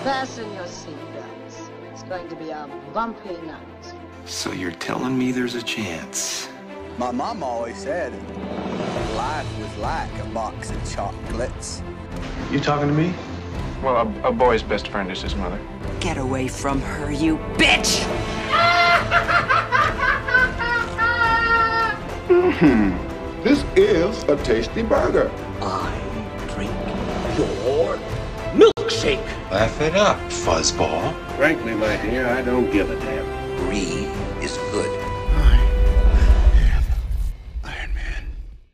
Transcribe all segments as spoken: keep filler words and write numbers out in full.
Fasten your seatbelts. It's going to be a bumpy night. So you're telling me there's a chance? My mom always said life was like a box of chocolates. You talking to me? Well, a, a boy's best friend is his mother. Get away from her, you bitch! Hmm. This is a tasty burger. I drink your milkshake. Laugh it up, fuzzball. Frankly, my dear, I don't give a damn. Greed is good. Iron Man.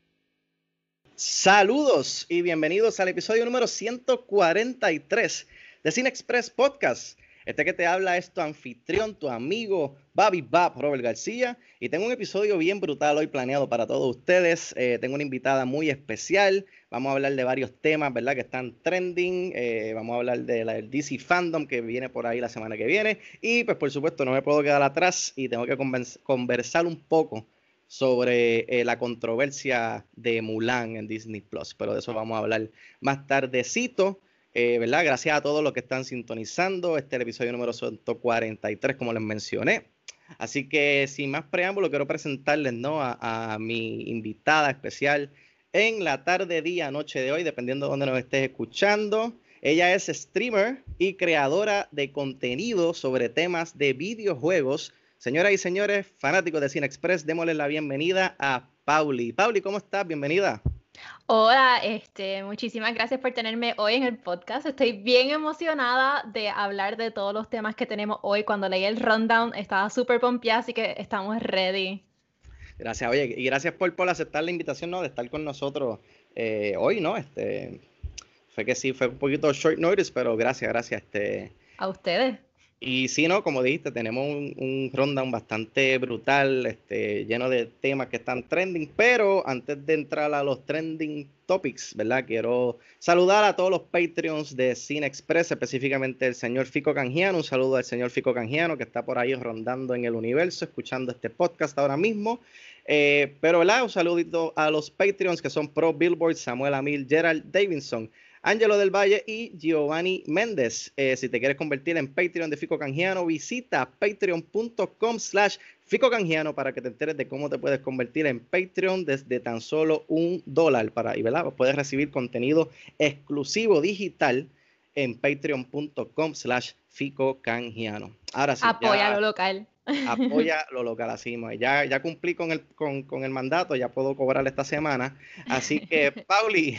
Saludos y bienvenidos al episodio número ciento cuarenta y tres de Cine Express Podcast. Este que te habla es tu anfitrión, tu amigo Bobby Bab, Robert García, y tengo un episodio bien brutal hoy planeado para todos ustedes. Eh, tengo una invitada muy especial. Vamos a hablar de varios temas, ¿verdad?, que están trending. Eh, vamos a hablar de la, del D C Fandom que viene por ahí la semana que viene. Y pues por supuesto no me puedo quedar atrás y tengo que conversar un poco sobre eh, la controversia de Mulan en Disney Plus. Pero de eso vamos a hablar más tardecito. Eh, ¿verdad? Gracias a todos los que están sintonizando. Este es el episodio número ciento cuarenta y tres, como les mencioné. Así que sin más preámbulo, quiero presentarles, ¿no?, a, a mi invitada especial en la tarde, día, noche de hoy, dependiendo de dónde nos estés escuchando. Ella es streamer y creadora de contenido sobre temas de videojuegos. Señoras y señores, fanáticos de Cine Express, démosle la bienvenida a Pauli. Pauli, ¿cómo estás? Bienvenida. Hola, este, muchísimas gracias por tenerme hoy en el podcast. Estoy bien emocionada de hablar de todos los temas que tenemos hoy. Cuando leí el rundown estaba súper pompeada, así que estamos ready. Gracias, oye, y gracias por, por aceptar la invitación, ¿no?, de estar con nosotros eh, hoy, ¿no? Este, fue que sí, fue un poquito short notice, pero gracias, gracias. Este, a ustedes. Y sí, ¿no? Como dijiste, tenemos un, un rundown bastante brutal, este, lleno de temas que están trending, pero antes de entrar a los trending topics, ¿verdad?, quiero saludar a todos los Patreons de Cine Express, específicamente el señor Fico Canjiano. Un saludo al señor Fico Canjiano, que está por ahí rondando en el universo, escuchando este podcast ahora mismo. Eh, pero, ¿verdad?, un saludito a los Patreons que son Pro Billboard, Samuel Amil, Gerald Davidson, Ángelo del Valle y Giovanni Méndez. Eh, si te quieres convertir en Patreon de Fico Canjiano, visita patreon.com slash Fico Canjiano para que te enteres de cómo te puedes convertir en Patreon desde tan solo un dólar. Para, y ¿verdad?, puedes recibir contenido exclusivo digital en patreon.com slash Fico Canjiano. Ahora sí. Apoya ya, lo local. Apoya lo local, así. Ya, ya cumplí con el, con, con el mandato, ya puedo cobrar esta semana. Así que, Pauli...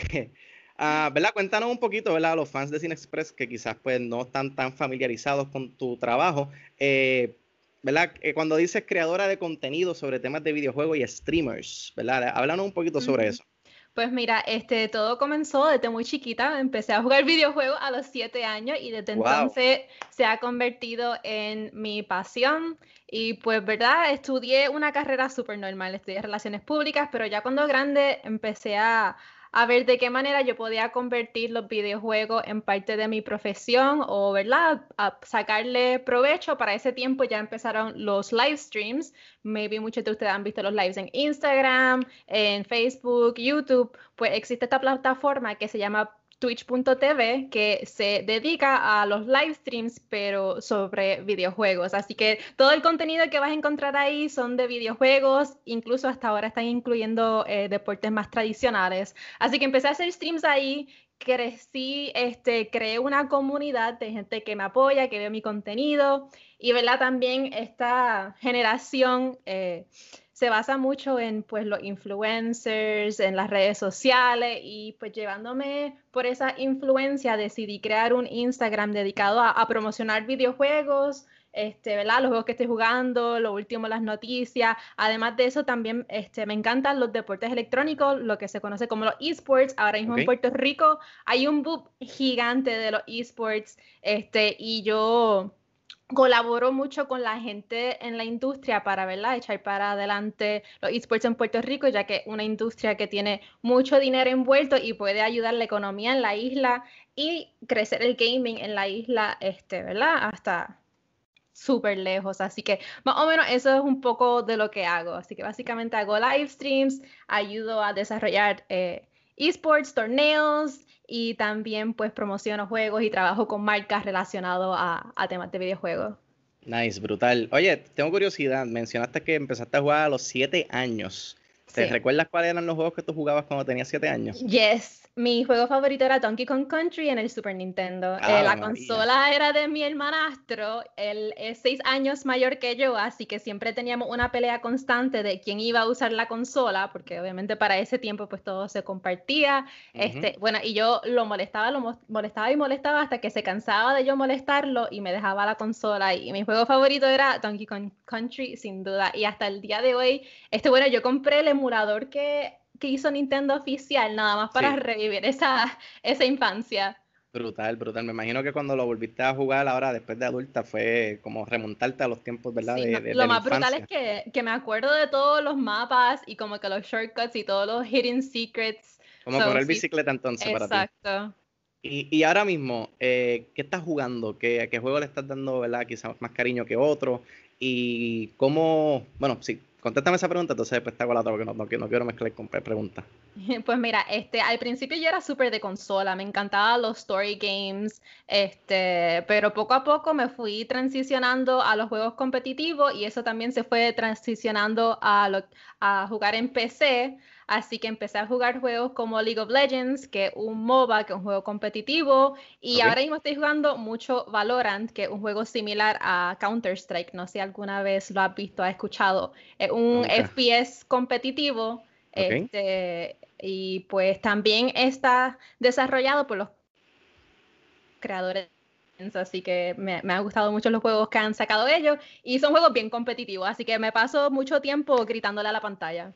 Uh, ¿verdad? Cuéntanos un poquito, ¿verdad?, a los fans de Cine Express que quizás pues no están tan familiarizados con tu trabajo, eh, ¿verdad? Eh, cuando dices creadora de contenido sobre temas de videojuegos y streamers, ¿verdad? Háblanos un poquito sobre mm-hmm. eso. Pues mira, este, todo comenzó desde muy chiquita. Empecé a jugar videojuegos a los siete años y desde wow. entonces se ha convertido en mi pasión. Y pues, ¿verdad? Estudié una carrera súper normal, estudié relaciones públicas, pero ya cuando grande empecé a... a ver de qué manera yo podía convertir los videojuegos en parte de mi profesión o, ¿verdad?, a sacarle provecho. Para ese tiempo ya empezaron los live streams. Maybe muchos de ustedes han visto los lives en Instagram, en Facebook, YouTube. Pues existe esta plataforma que se llama Twitch punto t v que se dedica a los live streams pero sobre videojuegos, así que todo el contenido que vas a encontrar ahí son de videojuegos, incluso hasta ahora están incluyendo eh, deportes más tradicionales, así que empecé a hacer streams ahí, crecí, este, creé una comunidad de gente que me apoya, que ve mi contenido y, ¿verdad?, también esta generación eh, se basa mucho en pues los influencers, en las redes sociales y pues llevándome por esa influencia decidí crear un Instagram dedicado a, a promocionar videojuegos, este, ¿verdad?, los juegos que estoy jugando, lo último, las noticias. Además de eso también este, me encantan los deportes electrónicos, lo que se conoce como los esports. Ahora mismo okay. en Puerto Rico hay un boom gigante de los esports este, y yo... colaboro mucho con la gente en la industria para, ¿verdad?, echar para adelante los esports en Puerto Rico, ya que es una industria que tiene mucho dinero envuelto y puede ayudar la economía en la isla y crecer el gaming en la isla, este, ¿verdad?, hasta súper lejos. Así que más o menos eso es un poco de lo que hago. Así que básicamente hago live streams, ayudo a desarrollar eh, esports, torneos y también pues promociono juegos y trabajo con marcas relacionadas a, a temas de videojuegos. Nice, brutal. Oye, tengo curiosidad, mencionaste que empezaste a jugar a los siete años. ¿Te Sí. recuerdas cuáles eran los juegos que tú jugabas cuando tenías siete años? Yes, mi juego favorito era Donkey Kong Country en el Super Nintendo. Ah, Eh, la María. consola era de mi hermanastro, él es seis años mayor que yo, así que siempre teníamos una pelea constante de quién iba a usar la consola, porque obviamente para ese tiempo pues todo se compartía. Ujú. Este, bueno, y yo lo molestaba, lo mo- molestaba y molestaba hasta que se cansaba de yo molestarlo y me dejaba la consola. Y mi juego favorito era Donkey Kong Country, sin duda. Y hasta el día de hoy, este, bueno, yo compré el emulador que, que hizo Nintendo oficial, nada más para Sí. revivir esa, esa infancia. Brutal, brutal. Me imagino que cuando lo volviste a jugar ahora, después de adulta, fue como remontarte a los tiempos, ¿verdad? Sí, de, no, de- de lo la más brutal es infancia. que, que me acuerdo de todos los mapas y como que los shortcuts y todos los hidden secrets. Como So, correr sí, bicicleta entonces para ti. exacto. Y, y ahora mismo, eh, ¿qué estás jugando? ¿Qué, a qué juego le estás dando, ¿verdad? Quizás más cariño que otro. Y cómo, bueno, sí, contéstame esa pregunta, entonces después te hago la otra porque no, no, quiero- no quiero mezclar con pre- preguntas. Pues mira, este, al principio yo era súper de consola, me encantaban los story games, este, pero poco a poco me fui transicionando a los juegos competitivos y eso también se fue transicionando a, lo, a jugar en P C, así que empecé a jugar juegos como League of Legends, que es un MOBA, que es un juego competitivo, y Ok. ahora mismo estoy jugando mucho Valorant, que es un juego similar a Counter-Strike, no sé si alguna vez lo has visto, has escuchado, es un Nunca. F P S competitivo. Ok. Este, y pues también está desarrollado por los creadores, así que me, me han gustado mucho los juegos que han sacado ellos y son juegos bien competitivos, así que me paso mucho tiempo gritándole a la pantalla.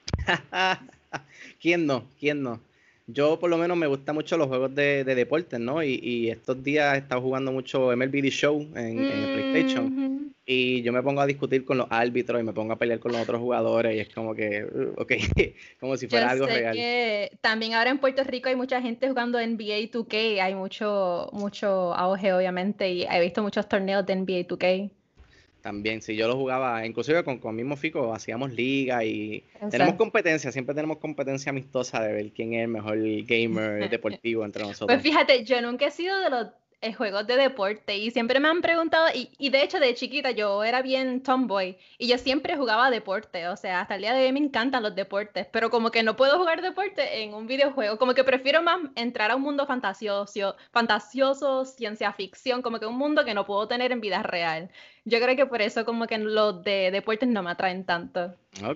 ¿Quién no? ¿Quién no? Yo por lo menos me gustan mucho los juegos de, de deportes, ¿no? Y, y estos días he estado jugando mucho M L B The Show en, en el PlayStation. Ujú. Y yo me pongo a discutir con los árbitros y me pongo a pelear con los otros jugadores y es como que, uh, ok, como si fuera Yo algo sé real. que también ahora en Puerto Rico hay mucha gente jugando N B A dos K, hay mucho, mucho auge obviamente y he visto muchos torneos de N B A dos K. También, si yo lo jugaba, inclusive con, con mismo Fico, hacíamos liga y tenemos Exacto. competencia, siempre tenemos competencia amistosa de ver quién es el mejor gamer deportivo entre nosotros. Pues fíjate, yo nunca he sido de los eh, juegos de deporte y siempre me han preguntado, y, y de hecho de chiquita yo era bien tomboy y yo siempre jugaba deporte, o sea, hasta el día de hoy me encantan los deportes, pero como que no puedo jugar deporte en un videojuego, como que prefiero más entrar a un mundo fantasioso, fantasioso, ciencia ficción, como que un mundo que no puedo tener en vida real. Yo creo que por eso como que los de deportes no me atraen tanto. Ok.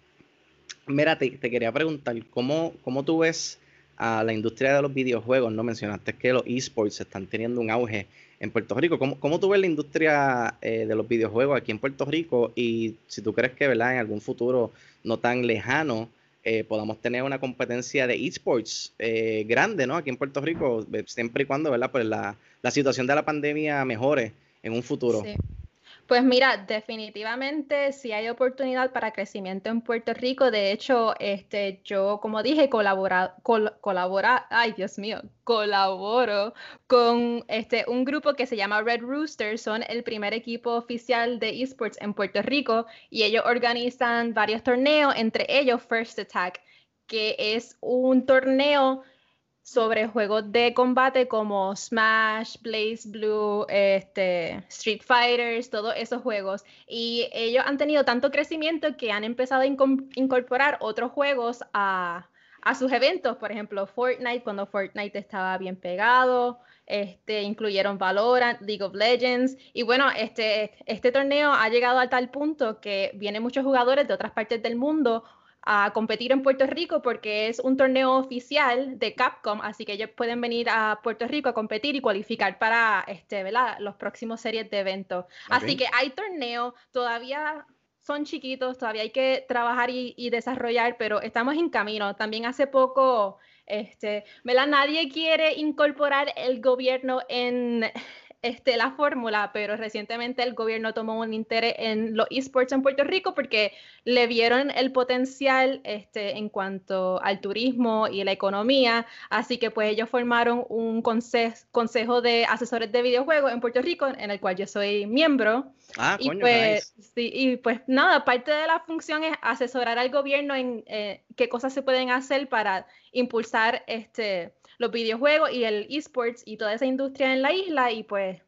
Mira, te, te quería preguntar, ¿cómo, cómo tú ves a la industria de los videojuegos? ¿No? Mencionaste que los esports están teniendo un auge en Puerto Rico. ¿Cómo, cómo tú ves la industria eh, de los videojuegos aquí en Puerto Rico? Y si tú crees que, ¿verdad?, en algún futuro no tan lejano eh, podamos tener una competencia de esports eh, grande, ¿no? Aquí en Puerto Rico, eh, siempre y cuando, ¿verdad?, pues la, la situación de la pandemia mejore en un futuro. Sí. Pues mira, definitivamente sí hay oportunidad para crecimiento en Puerto Rico. De hecho, este, yo, como dije, colabora, col, colabora, ay Dios mío, colaboro con este, un grupo que se llama Red Rooster. Son el primer equipo oficial de esports en Puerto Rico y ellos organizan varios torneos, entre ellos First Attack, que es un torneo sobre juegos de combate como Smash, Blaze Blue, este, Street Fighters, todos esos juegos. Y ellos han tenido tanto crecimiento que han empezado a inco- incorporar otros juegos a, a sus eventos. Por ejemplo, Fortnite, cuando Fortnite estaba bien pegado. Este, incluyeron Valorant, League of Legends. Y bueno, este, este torneo ha llegado a tal punto que vienen muchos jugadores de otras partes del mundo a competir en Puerto Rico porque es un torneo oficial de Capcom, así que ellos pueden venir a Puerto Rico a competir y cualificar para este, ¿verdad?, los próximos series de eventos. Okay. Así que hay torneos, todavía son chiquitos, todavía hay que trabajar y, y desarrollar, pero estamos en camino. También hace poco, este, ¿verdad?, nadie quiere incorporar el gobierno en Este, la fórmula, pero recientemente el gobierno tomó un interés en los esports en Puerto Rico porque le vieron el potencial este, en cuanto al turismo y la economía, así que pues ellos formaron un conse consejo de asesores de videojuegos en Puerto Rico, en el cual yo soy miembro. Ah, y coño, pues, nice. sí, y pues nada, parte de la función es asesorar al gobierno en eh, qué cosas se pueden hacer para impulsar este, los videojuegos y el esports y toda esa industria en la isla y pues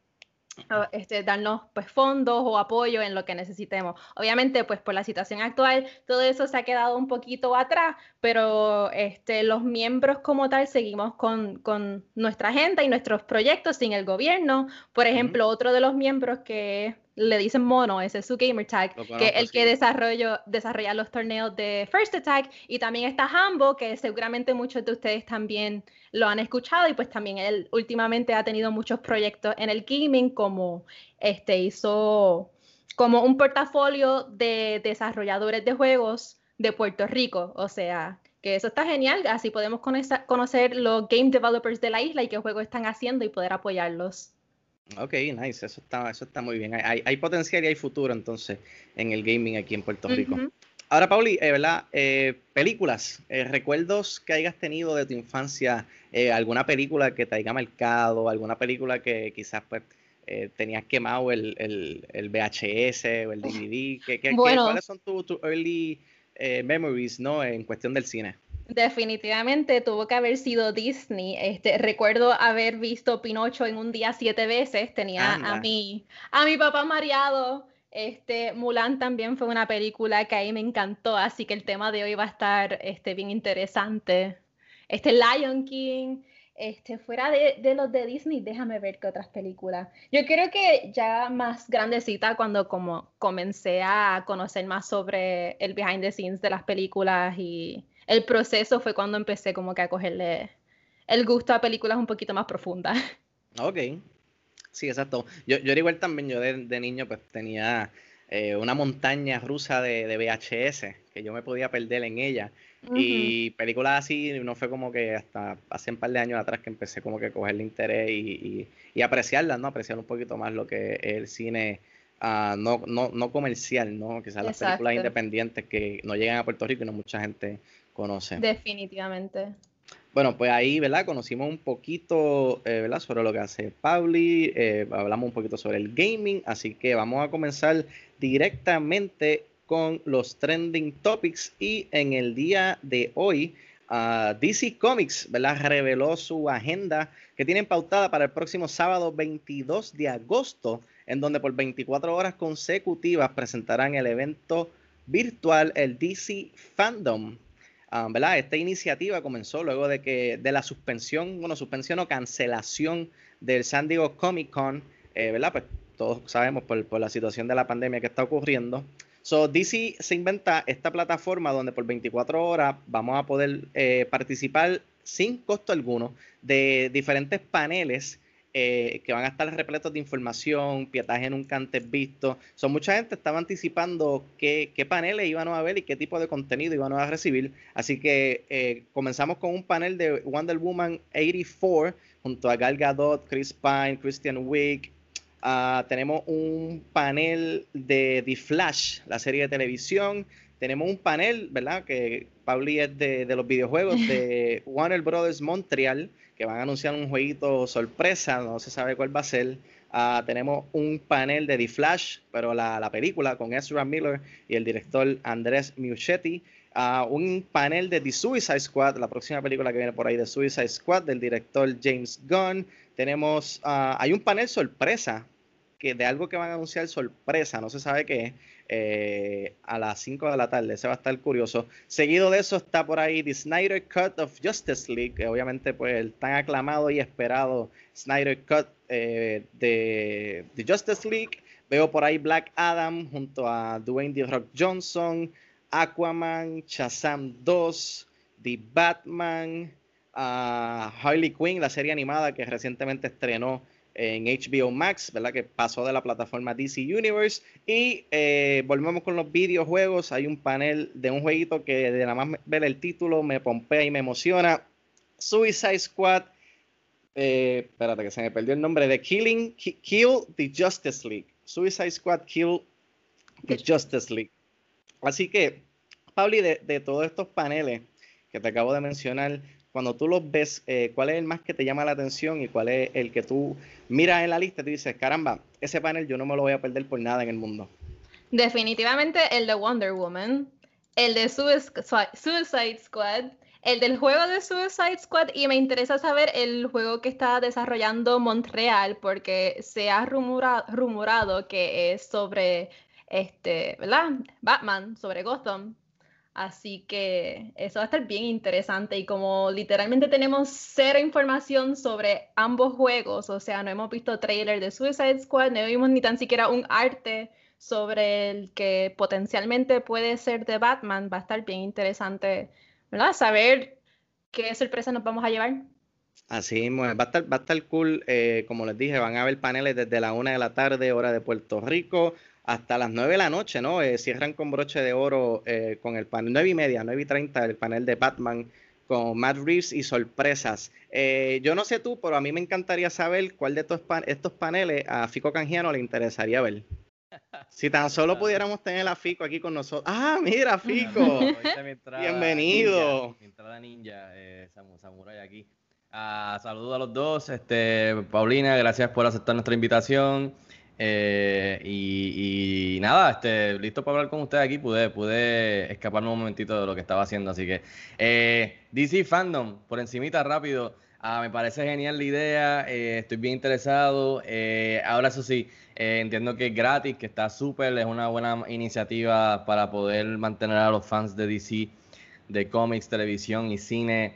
Este, darnos pues fondos o apoyo en lo que necesitemos. Obviamente pues por la situación actual todo eso se ha quedado un poquito atrás, pero este, los miembros como tal seguimos con, con nuestra agenda y nuestros proyectos sin el gobierno. Por ejemplo, uh-huh. otro de los miembros que le dicen Mono, ese es su gamer tag, conozco, que es el sí. que desarrolló, desarrolla los torneos de First Attack, y también está Hambo, que seguramente muchos de ustedes también lo han escuchado, y pues también él últimamente ha tenido muchos proyectos en el gaming, como este hizo como un portafolio de desarrolladores de juegos de Puerto Rico, o sea, que eso está genial, así podemos conocer, conocer los game developers de la isla y qué juegos están haciendo y poder apoyarlos. Ok, nice, eso está, eso está muy bien. Hay, hay potencial y hay futuro entonces en el gaming aquí en Puerto Rico. Uh-huh. Ahora, Pauli, eh, ¿verdad? Eh, películas, eh, recuerdos que hayas tenido de tu infancia, eh, alguna película que te haya marcado, alguna película que quizás pues eh, tenías quemado el, el, el V H S o el D V D. ¿Qué, qué, bueno, qué, ¿Cuáles son tus tu early eh, memories, ¿no? En cuestión del cine? Definitivamente tuvo que haber sido Disney. Este, recuerdo haber visto Pinocho en un día siete veces. Tenía Anda. a mi, a mi papá mareado. Este, Mulan también fue una película que ahí me encantó, así que el tema de hoy va a estar este, bien interesante. Este, Lion King, este, fuera de, de los de Disney, déjame ver qué otras películas. Yo creo que ya más grandecita, cuando como comencé a conocer más sobre el behind the scenes de las películas y el proceso, fue cuando empecé como que a cogerle el gusto a películas un poquito más profundas. Ok. Sí, exacto. Yo, yo era igual también, yo de, de niño pues tenía eh, una montaña rusa de, de V H S, que yo me podía perder en ella. Uh-huh. Y películas así no fue como que hasta hace un par de años atrás que empecé como que a cogerle interés y, y, y apreciarlas, ¿no? Apreciar un poquito más lo que es el cine uh, no, no, no comercial, ¿no? Quizás las películas independientes que no llegan a Puerto Rico y no mucha gente conoce. Definitivamente. Bueno, pues ahí, ¿verdad? Conocimos un poquito, eh, ¿verdad? Sobre lo que hace Pauli, eh, hablamos un poquito sobre el gaming, así que vamos a comenzar directamente con los trending topics, y en el día de hoy uh, D C Comics, ¿verdad? Reveló su agenda que tienen pautada para el próximo sábado veintidós de agosto, en donde por veinticuatro horas consecutivas presentarán el evento virtual, el D C Fandom. Um, ¿verdad? Esta iniciativa comenzó luego de que de la suspensión, bueno, suspensión o cancelación del San Diego Comic Con, eh, ¿verdad? Pues todos sabemos por, por la situación de la pandemia que está ocurriendo. So, D C se inventa esta plataforma donde por veinticuatro horas vamos a poder eh, participar sin costo alguno de diferentes paneles Eh, que van a estar repletos de información, pietaje nunca antes visto. So, mucha gente estaba anticipando qué, qué paneles iban a ver y qué tipo de contenido iban a recibir. Así que eh, comenzamos con un panel de Wonder Woman ochenta y cuatro junto a Gal Gadot, Chris Pine, Christian Wiig. Uh, tenemos un panel de The Flash, la serie de televisión. Tenemos un panel, ¿verdad? Que Pauli es de, de los videojuegos de Warner Brothers Montreal, que van a anunciar un jueguito sorpresa, no se sabe cuál va a ser. Uh, tenemos un panel de The Flash, pero la, la película con Ezra Miller y el director Andrés Muschietti. Uh, un panel de The Suicide Squad, la próxima película que viene por ahí de Suicide Squad, del director James Gunn. Tenemos, uh, hay un panel sorpresa, que de algo que van a anunciar sorpresa, no se sabe qué es, eh, a las cinco de la tarde, ese va a estar curioso. Seguido de eso está por ahí The Snyder Cut of Justice League, que obviamente pues el tan aclamado y esperado Snyder Cut eh, de, de Justice League. Veo por ahí Black Adam junto a Dwayne The Rock Johnson, Aquaman, Shazam dos, The Batman, uh, Harley Quinn, la serie animada que recientemente estrenó en H B O Max, ¿verdad? Que pasó de la plataforma D C Universe. Y eh, volvemos con los videojuegos. Hay un panel de un jueguito que de nada más ver el título me pompea y me emociona. Suicide Squad. Eh, espérate que se me perdió el nombre. De Killing, Ki- Kill the Justice League. Suicide Squad Kill the Justice League. Así que, Pauli, de, de todos estos paneles que te acabo de mencionar, cuando tú los ves, eh, ¿cuál es el más que te llama la atención y cuál es el que tú miras en la lista y tú dices, caramba, ese panel yo no me lo voy a perder por nada en el mundo? Definitivamente el de Wonder Woman. el de Suicide, Suicide Squad, el del juego de Suicide Squad, y me interesa saber el juego que está desarrollando Montreal, porque se ha rumora, rumorado que es sobre, este, ¿verdad? Batman, sobre Gotham. Así que eso va a estar bien interesante, y como literalmente tenemos cero información sobre ambos juegos, o sea, no hemos visto trailer de Suicide Squad, no vimos ni tan siquiera un arte sobre el que potencialmente puede ser de Batman, va a estar bien interesante, ¿verdad? Saber qué sorpresa nos vamos a llevar. Así mismo, va a estar, va a estar cool, eh, como les dije, van a haber paneles desde la una de la tarde, hora de Puerto Rico, hasta las nueve de la noche, ¿no? Eh, cierran con broche de oro eh, con el panel, nueve y media, nueve y treinta, el panel de Batman con Matt Reeves y sorpresas. Eh, yo no sé tú, pero a mí me encantaría saber cuál de estos, pan estos paneles a Fico Canjiano le interesaría ver. Si tan solo pudiéramos tener a Fico aquí con nosotros. ¡Ah, mira, Fico! Bienvenido. Ninja, mi entrada ninja, eh, Samurai aquí. Uh, saludos a los dos. Este, Paulina, gracias por aceptar nuestra invitación. Eh, y, y nada, este, listo para hablar con ustedes aquí. Pude, pude escaparme un momentito de lo que estaba haciendo. Así que eh, D C Fandom, por encimita rápido. Uh, me parece genial la idea. Eh, estoy bien interesado. Eh, ahora eso sí, eh, entiendo que es gratis, que está súper. Es una buena iniciativa para poder mantener a los fans de D C, de cómics, televisión y cine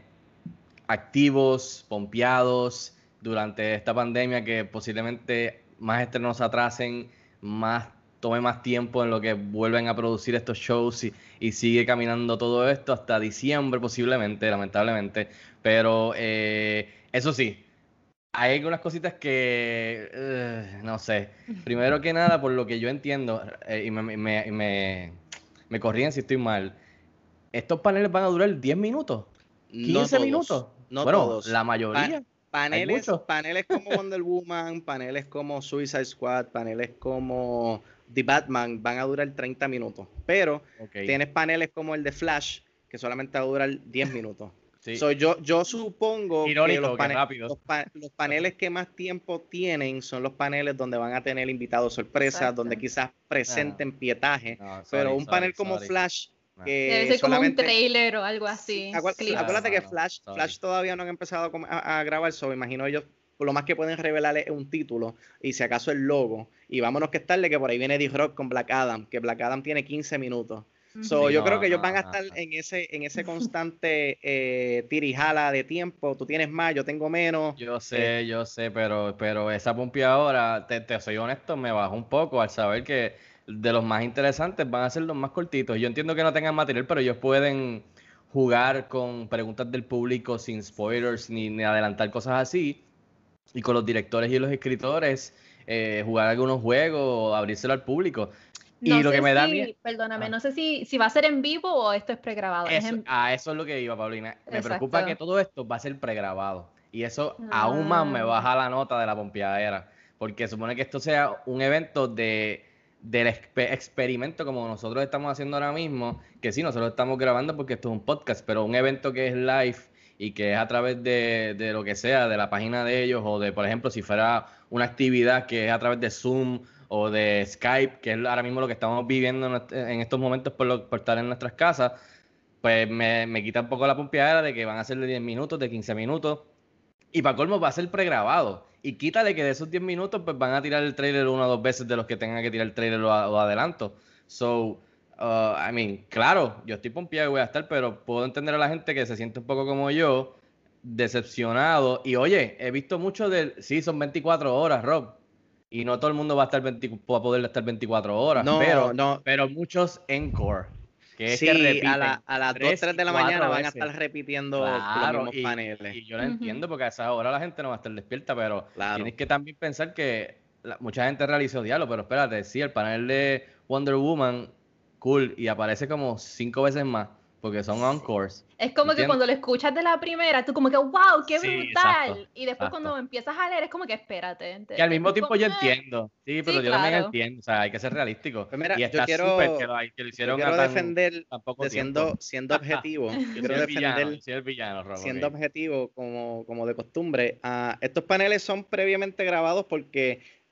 activos, pompeados durante esta pandemia, que posiblemente más estrenos se atrasen, más tome más tiempo en lo que vuelven a producir estos shows y, y sigue caminando todo esto hasta diciembre posiblemente, lamentablemente. Pero eh, eso sí, hay algunas cositas que uh, no sé. Primero que nada, por lo que yo entiendo, eh, y me, me, me, me corrían si estoy mal, estos paneles van a durar diez minutos, quince no minutos. No bueno, todos. La mayoría. Pa paneles, paneles como Wonder Woman, paneles como Suicide Squad, paneles como The Batman van a durar treinta minutos. Pero okay, tienes paneles como el de Flash, que solamente va a durar diez minutos. Sí. So, yo, yo supongo Irónico, que, los, pane que los, pa los paneles que más tiempo tienen son los paneles donde van a tener invitados sorpresas, Exacto. donde quizás presenten no. pietaje. No, sorry, pero un sorry, panel como sorry. Flash... Que debe ser solamente... como un trailer o algo así. Acuérdate, acuérdate que Flash, Flash todavía no han empezado a, a grabar, so imagino ellos, lo más que pueden revelar es un título y si acaso el logo. Y vámonos que es tarde, que por ahí viene D-Rock con Black Adam, que Black Adam tiene quince minutos. So, sí, yo no, creo que ellos no, van a estar no, en ese en ese constante eh, tirijala de tiempo. Tú tienes más, yo tengo menos. Yo sé, eh. yo sé, pero, pero esa pompeadora, te, te soy honesto, me bajó un poco al saber que de los más interesantes van a ser los más cortitos. Yo entiendo que no tengan material, pero ellos pueden jugar con preguntas del público sin spoilers ni, ni adelantar cosas así. Y con los directores y los escritores eh, jugar algunos juegos o abrírselo al público. No y lo sé que me si, da miedo... Perdóname, ah. no sé si, si va a ser en vivo o esto es pregrabado. Eso, es en... A eso es lo que iba, Paulina. Me Exacto. preocupa que todo esto va a ser pregrabado. Y eso ah. aún más me baja la nota de la pompeadera. Porque supone que esto sea un evento de... del exper experimento como nosotros estamos haciendo ahora mismo, que sí, nosotros estamos grabando porque esto es un podcast, pero un evento que es live y que es a través de, de lo que sea, de la página de ellos, o de, por ejemplo, si fuera una actividad que es a través de Zoom o de Skype, que es ahora mismo lo que estamos viviendo en estos momentos por, lo, por estar en nuestras casas, pues me, me quita un poco la pompeadera de que van a ser de diez minutos, de quince minutos, y para colmo va a ser pregrabado. Y quítale que de esos diez minutos pues van a tirar el trailer una o dos veces de los que tengan que tirar el trailer o, o adelanto. So, uh, I mean, claro, yo estoy pompeado y voy a estar, pero puedo entender a la gente que se siente un poco como yo, decepcionado. Y oye, he visto mucho del... Sí, son veinticuatro horas, Rob. Y no todo el mundo va a estar veinte, va a poder estar veinticuatro horas. No, pero, no. pero muchos encore. Que es sí, que repiten a, la, a las dos, tres de la mañana van a estar repitiendo claro, los mismos y, paneles. Y yo lo uh-huh. entiendo porque a esa hora la gente no va a estar despierta, pero claro. tienes que también pensar que la, mucha gente realizó diálogo, pero espérate, sí, el panel de Wonder Woman, cool, y aparece como cinco veces más, porque son encores. Es como ¿entiendes? Que cuando lo escuchas de la primera, tú como que, wow, qué brutal. Sí, exacto, y después exacto. cuando empiezas a leer, es como que espérate. Y al mismo tiempo como, yo entiendo. Sí, pero sí, yo claro. también entiendo. O sea, hay que ser realístico. Pues mira, y está yo quiero, que lo, que lo hicieron yo quiero tan, defender, tan poco de siendo, siendo objetivo. yo yo quiero el defender, villano, soy el villano, Robo, siendo okay. objetivo, como, como de costumbre. Uh, estos paneles son previamente grabados porque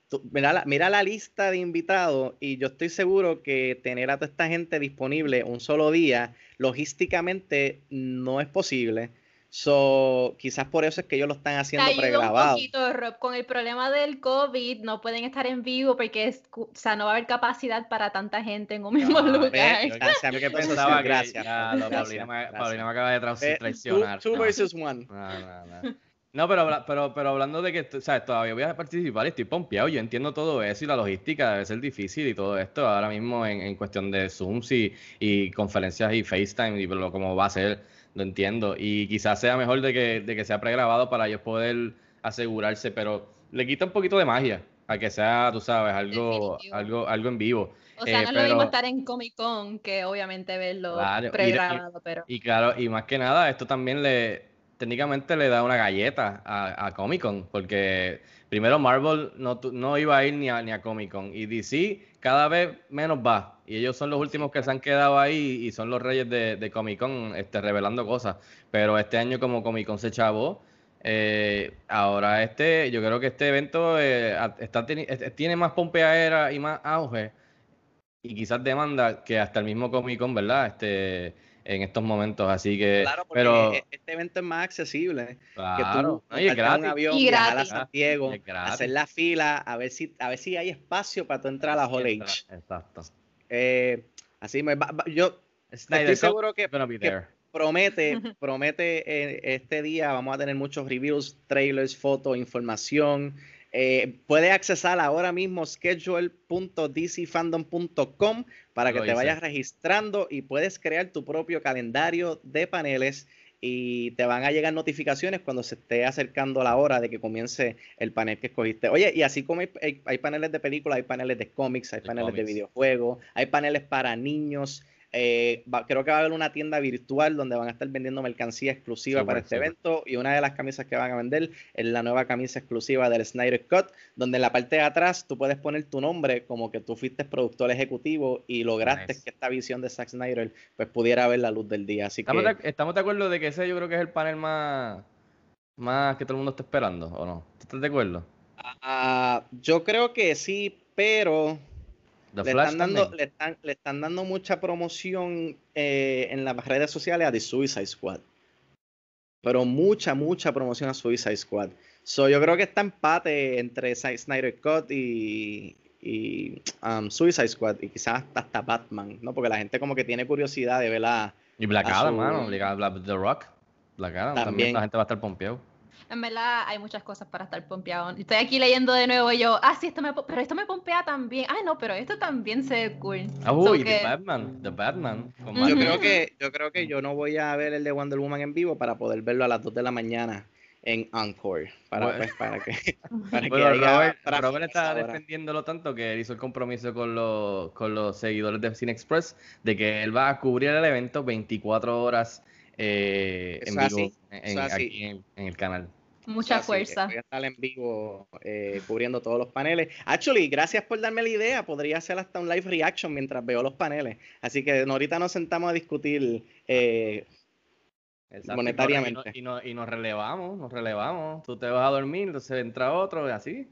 tú- mira, la, mira la lista de invitados y yo estoy seguro que tener a toda esta gente disponible un solo día, logísticamente no es posible. So, quizás por eso es que ellos lo están Te haciendo ayuda un pregrabado. poquito, Rob, con el problema del COVID, no pueden estar en vivo porque es, o sea, no va a haber capacidad para tanta gente en un mismo Ah, lugar. Ve, Yo, gracias, yo que entonces, pensaba que gracias, ya, Paul, lo, gracias, Paulina, me, gracias. Paulina me acaba de tra- Ve, traicionar. Two, two No. versus one. No, no, no. No, pero, habla- pero, pero hablando de que, ¿sabes? Todavía voy a participar y estoy pompeado. Yo entiendo todo eso y la logística debe ser difícil y todo esto ahora mismo en, en cuestión de Zooms y, y conferencias y FaceTime y lo como va a ser, lo entiendo. Y quizás sea mejor de que, de que sea pregrabado para ellos poder asegurarse, pero le quita un poquito de magia a que sea, tú sabes, algo, Definitivo. algo, algo en vivo. O sea, Eh, no es lo mismo pero- estar en Comic Con que obviamente verlo Claro, y- pregrabado, pero... Y claro, y más que nada, esto también le técnicamente le da una galleta a, a Comic Con, porque primero Marvel no, tu- no iba a ir ni a, ni a Comic Con, y D C cada vez menos va, y ellos son los últimos que se han quedado ahí y son los reyes de, de Comic Con, este, revelando cosas. Pero este año como Comic Con se chavó, eh, ahora este, yo creo que este evento eh, a- está, teni- este- tiene más pompeadera y más auge y quizás demanda que hasta el mismo Comic Con, ¿verdad? Este, en estos momentos, así que, Claro, porque pero, e- este evento es más accesible. claro, Que tú no, y es montarte a un gratis. avión, Y viajar a gratis. San Diego, Y es gratis. hacer la fila, a ver si, a ver si hay espacio para tú entrar a la Hall Entra- H. Exacto. Eh, así me va- va- yo Snyder estoy Cut seguro que, is gonna be que there. promete, promete eh, este día vamos a tener muchos reviews, trailers, fotos, información. Eh, puedes accesar ahora mismo schedule punto d c fandom punto com para que Lo te hice. vayas registrando y puedes crear tu propio calendario de paneles y te van a llegar notificaciones cuando se esté acercando la hora de que comience el panel que escogiste. Oye, y así como hay, hay- hay paneles de películas, hay paneles de cómics, hay De paneles de cómics. videojuegos, hay paneles para niños. Eh, va- creo que va a haber una tienda virtual donde van a estar vendiendo mercancía exclusiva Súper, para este súper. evento y una de las camisas que van a vender es la nueva camisa exclusiva del Snyder Cut, donde en la parte de atrás tú puedes poner tu nombre como que tú fuiste productor ejecutivo y lograste Nice. que esta visión de Zack Snyder pues pudiera ver la luz del día. Así ¿Estamos que de, estamos de acuerdo de que ese yo creo que es el panel más, más que todo el mundo está esperando, ¿o no? ¿Tú estás de acuerdo? ah, yo creo que sí, pero The le Flash están dando, también. le están, le están dando mucha promoción eh, en las redes sociales a The Suicide Squad. Pero mucha, mucha promoción a Suicide Squad. So, yo creo que está empate entre Zack Snyder Cut y, y um, Suicide Squad. Y quizás hasta, hasta Batman, ¿no? Porque la gente como que tiene curiosidad de ver a, Y Black a Adam, su- mano, Black- Black- The Rock. Black Adam, también. También. La gente va a estar pompeado. En verdad hay muchas cosas para estar pompeado. Estoy aquí leyendo de nuevo y yo, ah, sí, esto me, po- pero esto me pompea también. Ah, no, pero esto también se ve cool. Ah, uy, So The que- Batman, The Batman. con Ujú. Yo Batman. creo que, yo creo que yo no voy a ver el de Wonder Woman en vivo para poder verlo a las dos de la mañana en Encore. Para, Bueno. pues, para que, para que Bueno, haya Robert, tráfico Robert a esa está hora. defendiéndolo tanto que él hizo el compromiso con los, con los seguidores de Cine Express de que él va a cubrir el evento veinticuatro horas eh, en Eso es vivo así, en, eso es así. aquí en, en el canal. Mucha O sea, sí, fuerza. voy a estar en vivo eh, cubriendo todos los paneles. Actually, gracias por darme la idea. Podría hacer hasta un live reaction mientras veo los paneles. Así que no, ahorita nos sentamos a discutir eh, Exacto, monetariamente. Y, no- y, no- y nos relevamos, nos relevamos. Tú te vas a dormir, entonces entra otro y así.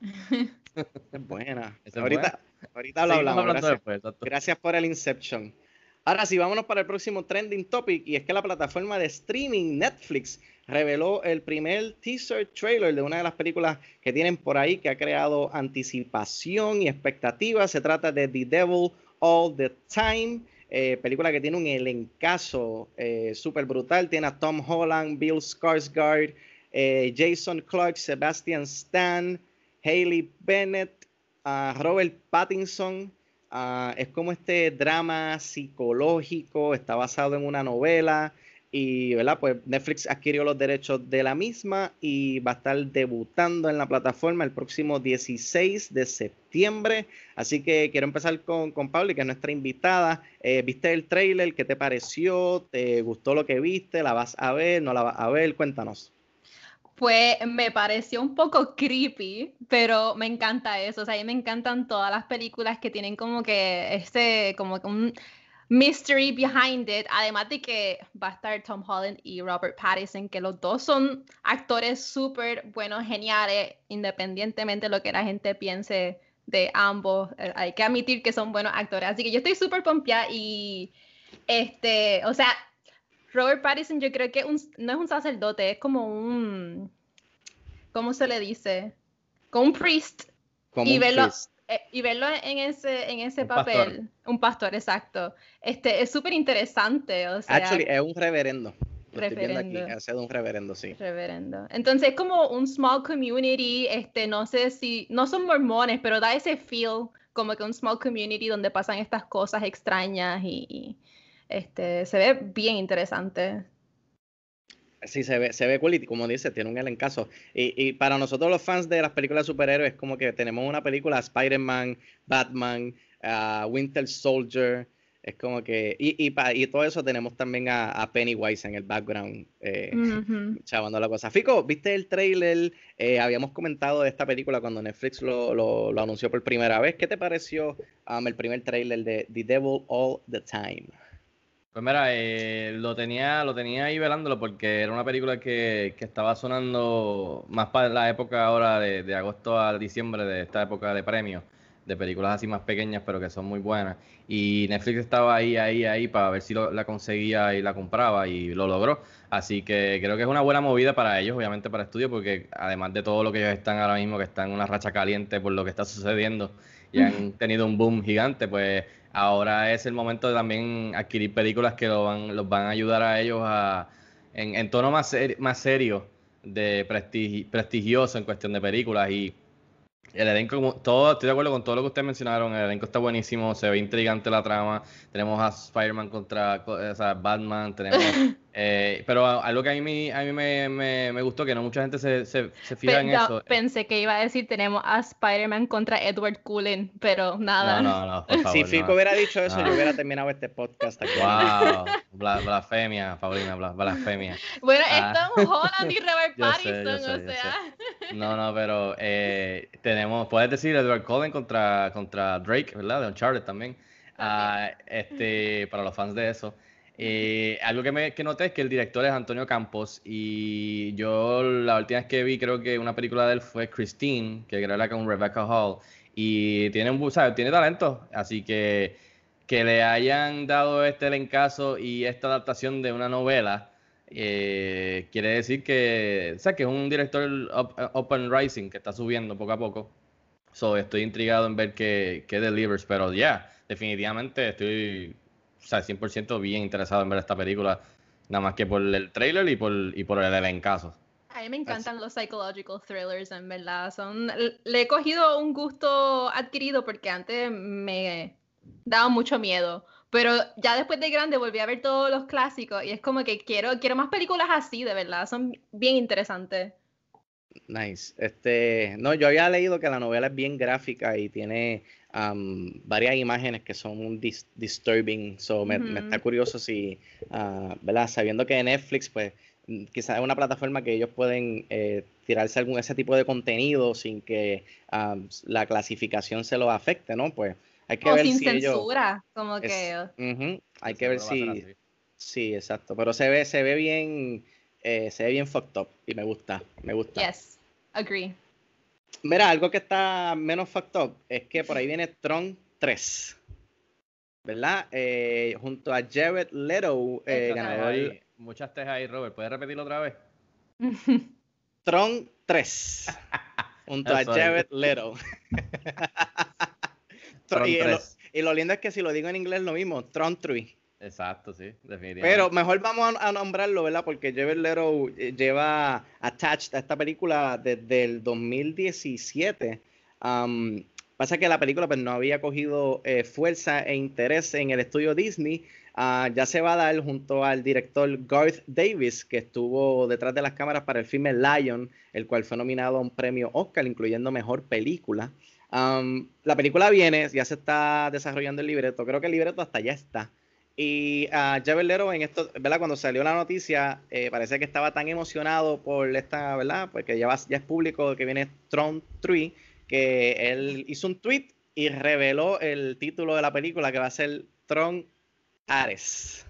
Es buena. Esa es ahorita, ahorita lo Seguimos hablamos. hablando Gracias. después, exacto. Gracias por el Inception. Ahora sí, vámonos para el próximo trending topic y es que la plataforma de streaming Netflix reveló el primer teaser trailer de una de las películas que tienen por ahí que ha creado anticipación y expectativa. Se trata de The Devil All the Time, eh, película que tiene un elencazo eh, súper brutal. Tiene a Tom Holland, Bill Skarsgård, eh, Jason Clarke, Sebastian Stan, Hailey Bennett, a Robert Pattinson. Uh, es como este drama psicológico, está basado en una novela y, ¿verdad? Pues Netflix adquirió los derechos de la misma y va a estar debutando en la plataforma el próximo dieciséis de septiembre. Así que quiero empezar con, con Pauli, que es nuestra invitada. Eh, ¿Viste el trailer? ¿Qué te pareció? ¿Te gustó lo que viste? ¿La vas a ver? ¿No la vas a ver? Cuéntanos. Pues me pareció un poco creepy, pero me encanta eso. O sea, a mí me encantan todas las películas que tienen como que este, como que un, mystery behind it, además de que va a estar Tom Holland y Robert Pattinson, que los dos son actores súper buenos, geniales, independientemente de lo que la gente piense de ambos, eh, hay que admitir que son buenos actores, así que yo estoy súper pompeada y, este, o sea, Robert Pattinson yo creo que un, no es un sacerdote, es como un, ¿cómo se le dice? Como un priest, Como y un verlo, priest. eh, y verlo en ese, en ese Un papel, pastor. un pastor, exacto, este, es súper interesante, o sea, Actually, es un reverendo. Lo estoy viendo aquí, Reverendo. hace de un reverendo, sí. reverendo. Entonces es como un small community, este, no sé si, no son mormones, pero da ese feel como que un small community donde pasan estas cosas extrañas y, y, este, se ve bien interesante. Sí, se ve, se ve cool y como dice, tiene un elencazo. Y, y para nosotros los fans de las películas de superhéroes, como que tenemos una película, Spider-Man, Batman, uh, Winter Soldier, es como que, y, y, pa, y todo eso tenemos también a, a Pennywise en el background, eh, Uh-huh. chavando la cosa. Fico, ¿viste el trailer? Eh, habíamos comentado de esta película cuando Netflix lo, lo, lo anunció por primera vez. ¿Qué te pareció um, el primer trailer de The Devil All the Time? Pues mira, eh, lo tenía, lo tenía ahí velándolo porque era una película que, que estaba sonando más para la época ahora de, de agosto a diciembre, de esta época de premios, de películas así más pequeñas pero que son muy buenas. Y Netflix estaba ahí, ahí, ahí para ver si lo, la conseguía y la compraba y lo logró. Así que creo que es una buena movida para ellos, obviamente para el estudio, porque además de todo lo que ellos están ahora mismo, que están en una racha caliente por lo que está sucediendo y han tenido un boom gigante, pues ahora es el momento de también adquirir películas que lo van, los van a ayudar a ellos a, en, en tono más, ser, más serio, de prestigi, prestigioso en cuestión de películas. Y el elenco, todo, estoy de acuerdo con todo lo que ustedes mencionaron, el elenco está buenísimo, se ve intrigante la trama, tenemos a Spider-Man contra, o sea, Batman, tenemos... Eh, pero algo que a mí, a mí me, me, me gustó, que no mucha gente se, se, se fija en Yo eso. pensé que iba a decir tenemos a Spider-Man contra Edward Cullen, pero nada. No, no, no, por favor, Si Fico no. hubiera dicho eso, No. yo hubiera terminado este podcast aquí. Wow, Bla, blasfemia, Paulina, bla, blasfemia. Bueno, Ah. esto es Holland y Robert Yo sé, Pattinson, yo sé, o yo sea. No, no, pero eh, tenemos, puedes decir Edward Cullen contra, contra Drake, ¿verdad? De Uncharted también. Ah, este, para los fans de eso. Eh, algo que, me, que noté es que el director es Antonio Campos y yo la última vez que vi creo que una película de él fue Christine, que era con Rebecca Hall, y tiene, un, ¿sabes? Tiene talento, así que que le hayan dado este elencazo y esta adaptación de una novela, eh, quiere decir que, o sea, que es un director up, up and rising que está subiendo poco a poco. So, estoy intrigado en ver qué, qué delivers, pero ya, yeah, definitivamente estoy, o sea, cien por ciento bien interesado en ver esta película, nada más que por el trailer y por, y por el elencazo. A mí me encantan los psychological thrillers, en verdad. Son, le he cogido un gusto adquirido porque antes me daba mucho miedo. Pero ya después de grande volví a ver todos los clásicos y es como que quiero, quiero más películas así, de verdad. Son bien interesantes. Nice. Este, no, yo había leído que la novela es bien gráfica y tiene um, varias imágenes que son dis disturbing. So, me, uh-huh. me está curioso si, uh, ¿verdad? Sabiendo que Netflix, pues, quizás es una plataforma que ellos pueden eh, tirarse algún ese tipo de contenido sin que um, la clasificación se los afecte, ¿no? Pues hay que o ver sin si censura, ellos, como es, que... Uh-huh, hay que ver si... Sí, exacto. Pero se ve, se ve bien... Eh, se ve bien fucked up y me gusta, me gusta. Yes, agree. Mira, algo que está menos fucked up es que por ahí viene Tron tres, ¿verdad? Eh, junto a Jared Leto, eh, ganador... Ahí, muchas tejas ahí, Robert. ¿Puedes repetirlo otra vez? Tron tres, junto a Jared Leto. Tron y, tres. Lo, y lo lindo es que si lo digo en inglés es lo mismo, Tron tres. Exacto, sí, definitivamente. Pero mejor vamos a, a nombrarlo, ¿verdad? Porque Jared Leto lleva attached a esta película desde el dos mil diecisiete. Um, pasa que la película pues, no había cogido eh, fuerza e interés en el estudio Disney. Uh, ya se va a dar junto al director Garth Davis, que estuvo detrás de las cámaras para el filme Lion, el cual fue nominado a un premio Oscar, incluyendo Mejor Película. Um, la película viene, ya se está desarrollando el libreto. Creo que el libreto hasta ya está. Y uh, Jared Leto en esto, ¿verdad? Cuando salió la noticia, eh, parece que estaba tan emocionado por esta, ¿verdad? Porque ya, va, ya es público que viene Tron tres, que él hizo un tweet y reveló el título de la película, que va a ser Tron Ares.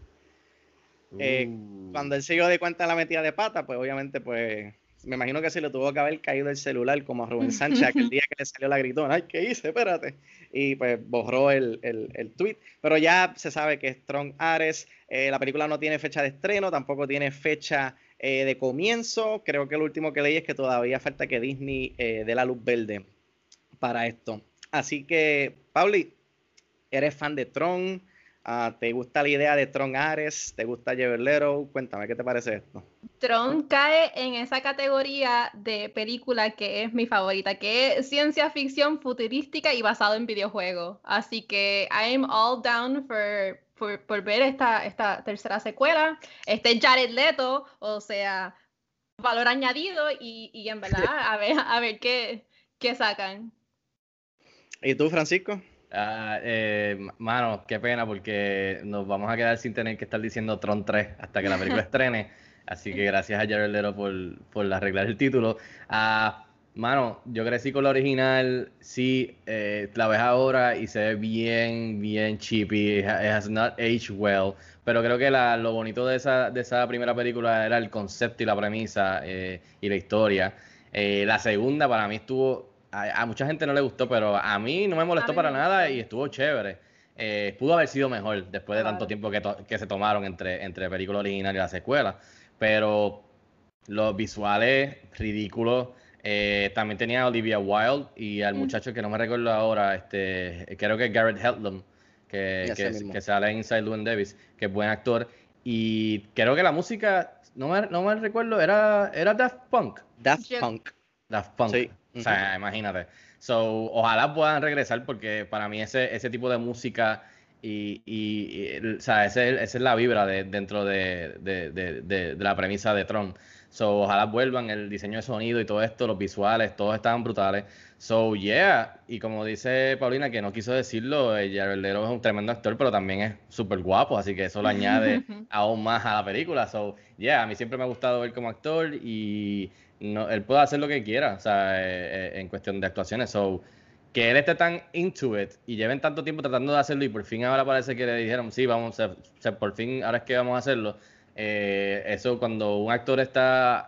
Eh, Uh. Cuando él se dio de cuenta de la metida de pata, pues obviamente, pues me imagino que se le tuvo que haber caído el celular como a Rubén Sánchez aquel día que le salió la gritona. Ay, ¿qué hice? Espérate. Y pues borró el, el, el tweet. Pero ya se sabe que es Tron Ares. Eh, la película no tiene fecha de estreno, tampoco tiene fecha eh, de comienzo. Creo que lo último que leí es que todavía falta que Disney eh, dé la luz verde para esto. Así que, Pauli, ¿eres fan de Tron? Uh, ¿Te gusta la idea de Tron Ares? ¿Te gusta Jared Leto? Cuéntame, ¿qué te parece esto? Tron cae en esa categoría de película que es mi favorita, que es ciencia ficción futurística y basado en videojuegos. Así que I'm all down for, for, por ver esta, esta tercera secuela. Este Jared Leto, o sea, valor añadido y, y en verdad a ver, a ver qué, qué sacan. ¿Y tú, Francisco? Uh, eh, mano, qué pena porque nos vamos a quedar sin tener que estar diciendo Tron tres hasta que la película estrene. Así que gracias a Jared Leto por, por arreglar el título. Uh, mano, yo crecí con la original, sí, eh, la ves ahora y se ve bien, bien cheapy. It has not aged well. Pero creo que la, lo bonito de esa, de esa primera película era el concepto y la premisa eh, y la historia. Eh, la segunda para mí estuvo... A, a mucha gente no le gustó, pero a mí no me molestó para nada y estuvo chévere. Eh, pudo haber sido mejor después de Claro. tanto tiempo que, to- que se tomaron entre, entre película original y la secuela. Pero los visuales ridículos. Eh, también tenía a Olivia Wilde y al Mm. muchacho que no me recuerdo ahora, este, creo que es Garrett Hedlund, que, Ese que, mismo. que sale en Inside Llewyn Davis, que es buen actor. Y creo que la música, no me, no me recuerdo, era, era Daft Punk. Daft Yo- Punk. Daft Punk. Sí. O sea, imagínate. So, ojalá puedan regresar porque para mí ese, ese tipo de música y, y, y el- o sea, ese, esa es la vibra de, dentro de, de, de, de, de la premisa de Tron. So, ojalá vuelvan el diseño de sonido y todo esto, los visuales, todos estaban brutales. So, yeah. Y como dice Paulina, que no quiso decirlo, eh, Jared Leto es un tremendo actor, pero también es súper guapo, así que eso le añade aún más a la película. So, yeah, a mí siempre me ha gustado ver como actor y no, él puede hacer lo que quiera, o sea, eh, eh, en cuestión de actuaciones. So, que él esté tan into it y lleven tanto tiempo tratando de hacerlo y por fin ahora parece que le dijeron, sí, vamos a hacer, por fin, ahora es que vamos a hacerlo. Eh, eso cuando un actor está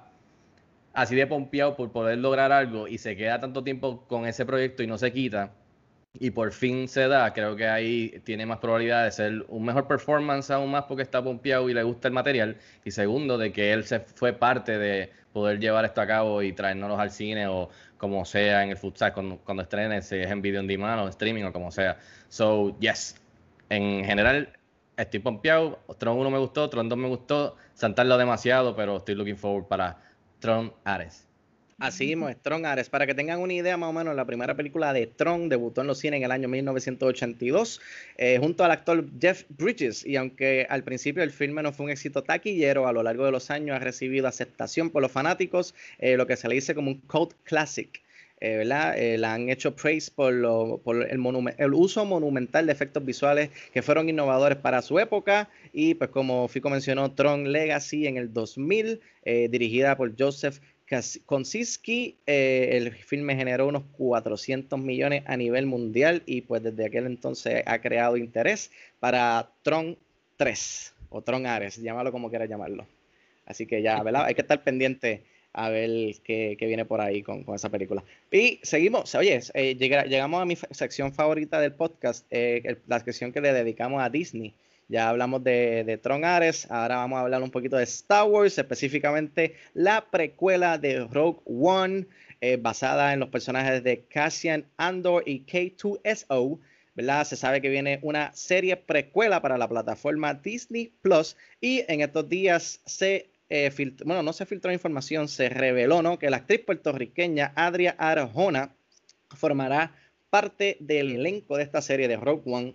así de pompeado por poder lograr algo y se queda tanto tiempo con ese proyecto y no se quita y por fin se da, creo que ahí tiene más probabilidad de ser un mejor performance aún más porque está pompeado y le gusta el material, y segundo, de que él se fue parte de poder llevar esto a cabo y traérnoslos al cine o como sea en el futsal, cuando, cuando estrene, si es en video on demand o streaming o como sea. So, yes, en general estoy pompeado. Tron uno me gustó, Tron dos me gustó, saltarlo demasiado, pero estoy looking forward para Tron Ares. Así mismo es, Tron Ares. Para que tengan una idea más o menos, la primera película de Tron debutó en los cines en el año mil novecientos ochenta y dos eh, junto al actor Jeff Bridges, y aunque al principio el filme no fue un éxito taquillero, a lo largo de los años ha recibido aceptación por los fanáticos, eh, lo que se le dice como un cult classic. Eh, ¿verdad? Eh, la han hecho praise por, lo, por el, monumen- el uso monumental de efectos visuales que fueron innovadores para su época, y pues como Fico mencionó, Tron Legacy en el dos mil, eh, dirigida por Joseph Kosinski, eh, el filme generó unos cuatrocientos millones a nivel mundial y pues desde aquel entonces ha creado interés para Tron tres o Tron Ares, llámalo como quieras llamarlo. Así que ya, ¿verdad? Hay que estar pendiente a ver qué, qué viene por ahí con, con esa película. Y seguimos, oye, eh, llega, llegamos a mi sección favorita del podcast, eh, el, la sección que le dedicamos a Disney. Ya hablamos de, de Tron Ares, ahora vamos a hablar un poquito de Star Wars, específicamente la precuela de Rogue One, eh, basada en los personajes de Cassian Andor y K dos S O, ¿verdad? Se sabe que viene una serie precuela para la plataforma Disney Plus, y en estos días se eh, filtró, bueno, no se filtró información, se reveló, ¿no?, que la actriz puertorriqueña Adria Arjona formará parte del elenco de esta serie de Rogue One,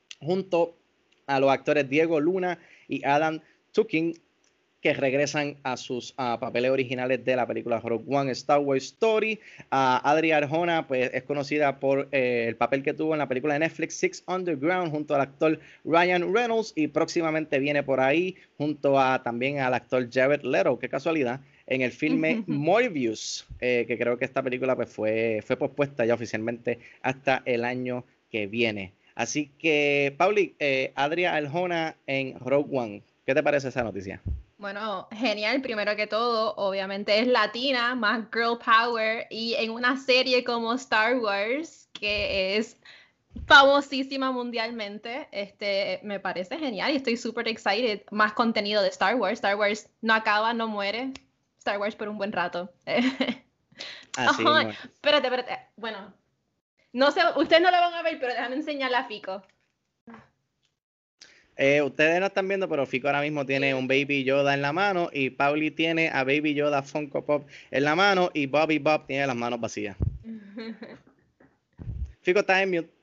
junto a los actores Diego Luna y Adam Tukin, que regresan a sus uh, papeles originales de la película Rogue One, Star Wars Story. Uh, Adria Arjona pues, es conocida por eh, el papel que tuvo en la película de Netflix Six Underground junto al actor Ryan Reynolds, y próximamente viene por ahí junto a también al actor Jared Leto, qué casualidad, en el filme Morbius, eh, que creo que esta película pues, fue, fue pospuesta ya oficialmente hasta el año que viene. Así que, Pauli, eh, Adria Arjona en Rogue One, ¿qué te parece esa noticia? Bueno, genial, primero que todo, obviamente es latina, más girl power, y en una serie como Star Wars, que es famosísima mundialmente, este, me parece genial y estoy súper excited. Más contenido de Star Wars. Star Wars no acaba, no muere. Star Wars por un buen rato. Así, Ajá, no. espérate, espérate. Bueno, no sé, ustedes no lo van a ver, pero déjame enseñarle a Fico. Eh, ustedes no están viendo, pero Fico ahora mismo tiene un Baby Yoda en la mano y Pauli tiene a Baby Yoda Funko Pop en la mano y Bobby Bob tiene las manos vacías. Fico está en mute.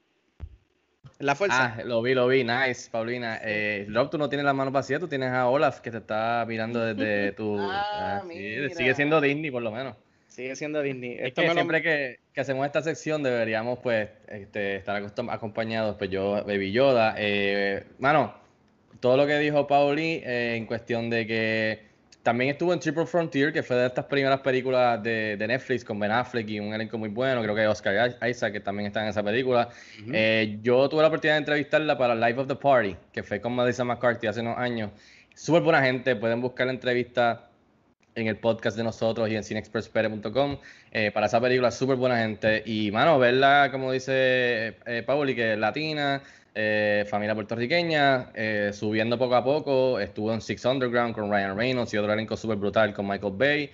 La fuerza. Ah, lo vi, lo vi. Nice, Paulina. Eh, Rob, tú no tienes las manos vacías, tú tienes a Olaf que te está mirando desde tu... Ah, ah, sí, mira. sigue siendo Disney, por lo menos. Sigue siendo Disney. Es Esto que me lo- siempre que, que hacemos esta sección deberíamos pues este, estar acostum- acompañados, pues yo, Baby Yoda. Eh, mano, todo lo que dijo Pauli eh, en cuestión de que también estuvo en Triple Frontier, que fue de estas primeras películas de, de Netflix con Ben Affleck y un elenco muy bueno. Creo que Oscar Isaac, que también está en esa película. Ujú. Eh, yo tuve la oportunidad de entrevistarla para Life of the Party, que fue con Melissa McCarthy hace unos años. Súper buena gente, pueden buscar la entrevista en el podcast de nosotros y en cine express p r punto com eh, para esa película, súper buena gente. Y, mano, verla, como dice eh, Pauli, que es latina, eh, familia puertorriqueña, eh, subiendo poco a poco. Estuvo en Six Underground con Ryan Reynolds y otro elenco súper brutal con Michael Bay.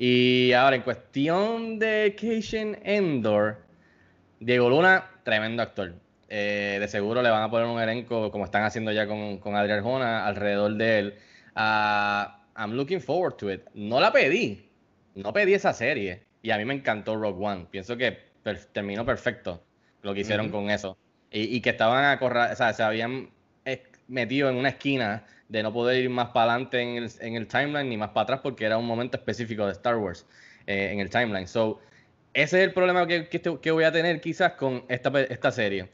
Y ahora, en cuestión de Cassian Andor, Diego Luna, tremendo actor. Eh, de seguro le van a poner un elenco, como están haciendo ya con, con Adria Arjona, alrededor de él. Uh, I'm looking forward to it. No la pedí, no pedí esa serie. Y a mí me encantó Rogue One. Pienso que per- terminó perfecto lo que hicieron Ujú. con eso. Y, y que estaban a correr, o sea, se habían eh, metido en una esquina de no poder ir más para adelante en el, en el timeline ni más para atrás porque era un momento específico de Star Wars eh, en el timeline. So, ese es el problema que, que, que voy a tener quizás con esta, pe- esta serie.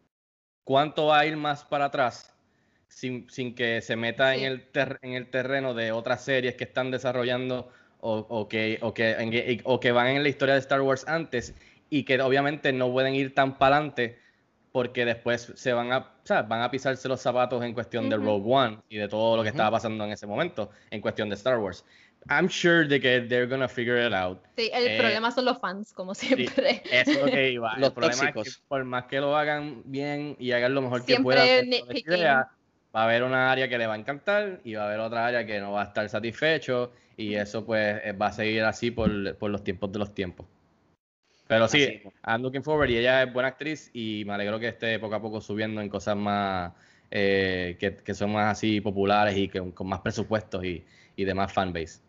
¿Cuánto va a ir más para atrás sin, sin que se meta Sí. en, el ter- en el terreno de otras series que están desarrollando o, o, que, o, que, en- o que van en la historia de Star Wars antes y que obviamente no pueden ir tan para adelante porque después se van a, o sea, van a pisarse los zapatos en cuestión de Ujú. Rogue One y de todo lo que Ujú. estaba pasando en ese momento en cuestión de Star Wars. I'm sure de que they're gonna figure it out. Sí, el Eh, problema son los fans, como siempre. Eso es lo que iba. Los El problema tóxicos. es que por más que lo hagan bien y hagan lo mejor que Siempre puedan dentro de esa nitpicking. idea, va a haber una área que le va a encantar y va a haber otra área que no va a estar satisfecho y eso pues eh, va a seguir así por, por los tiempos de los tiempos. Pero sí, Así. I'm looking forward y ella es buena actriz y me alegro que esté poco a poco subiendo en cosas más eh, que, que son más así populares y que, con más presupuestos y, y de más fanbase.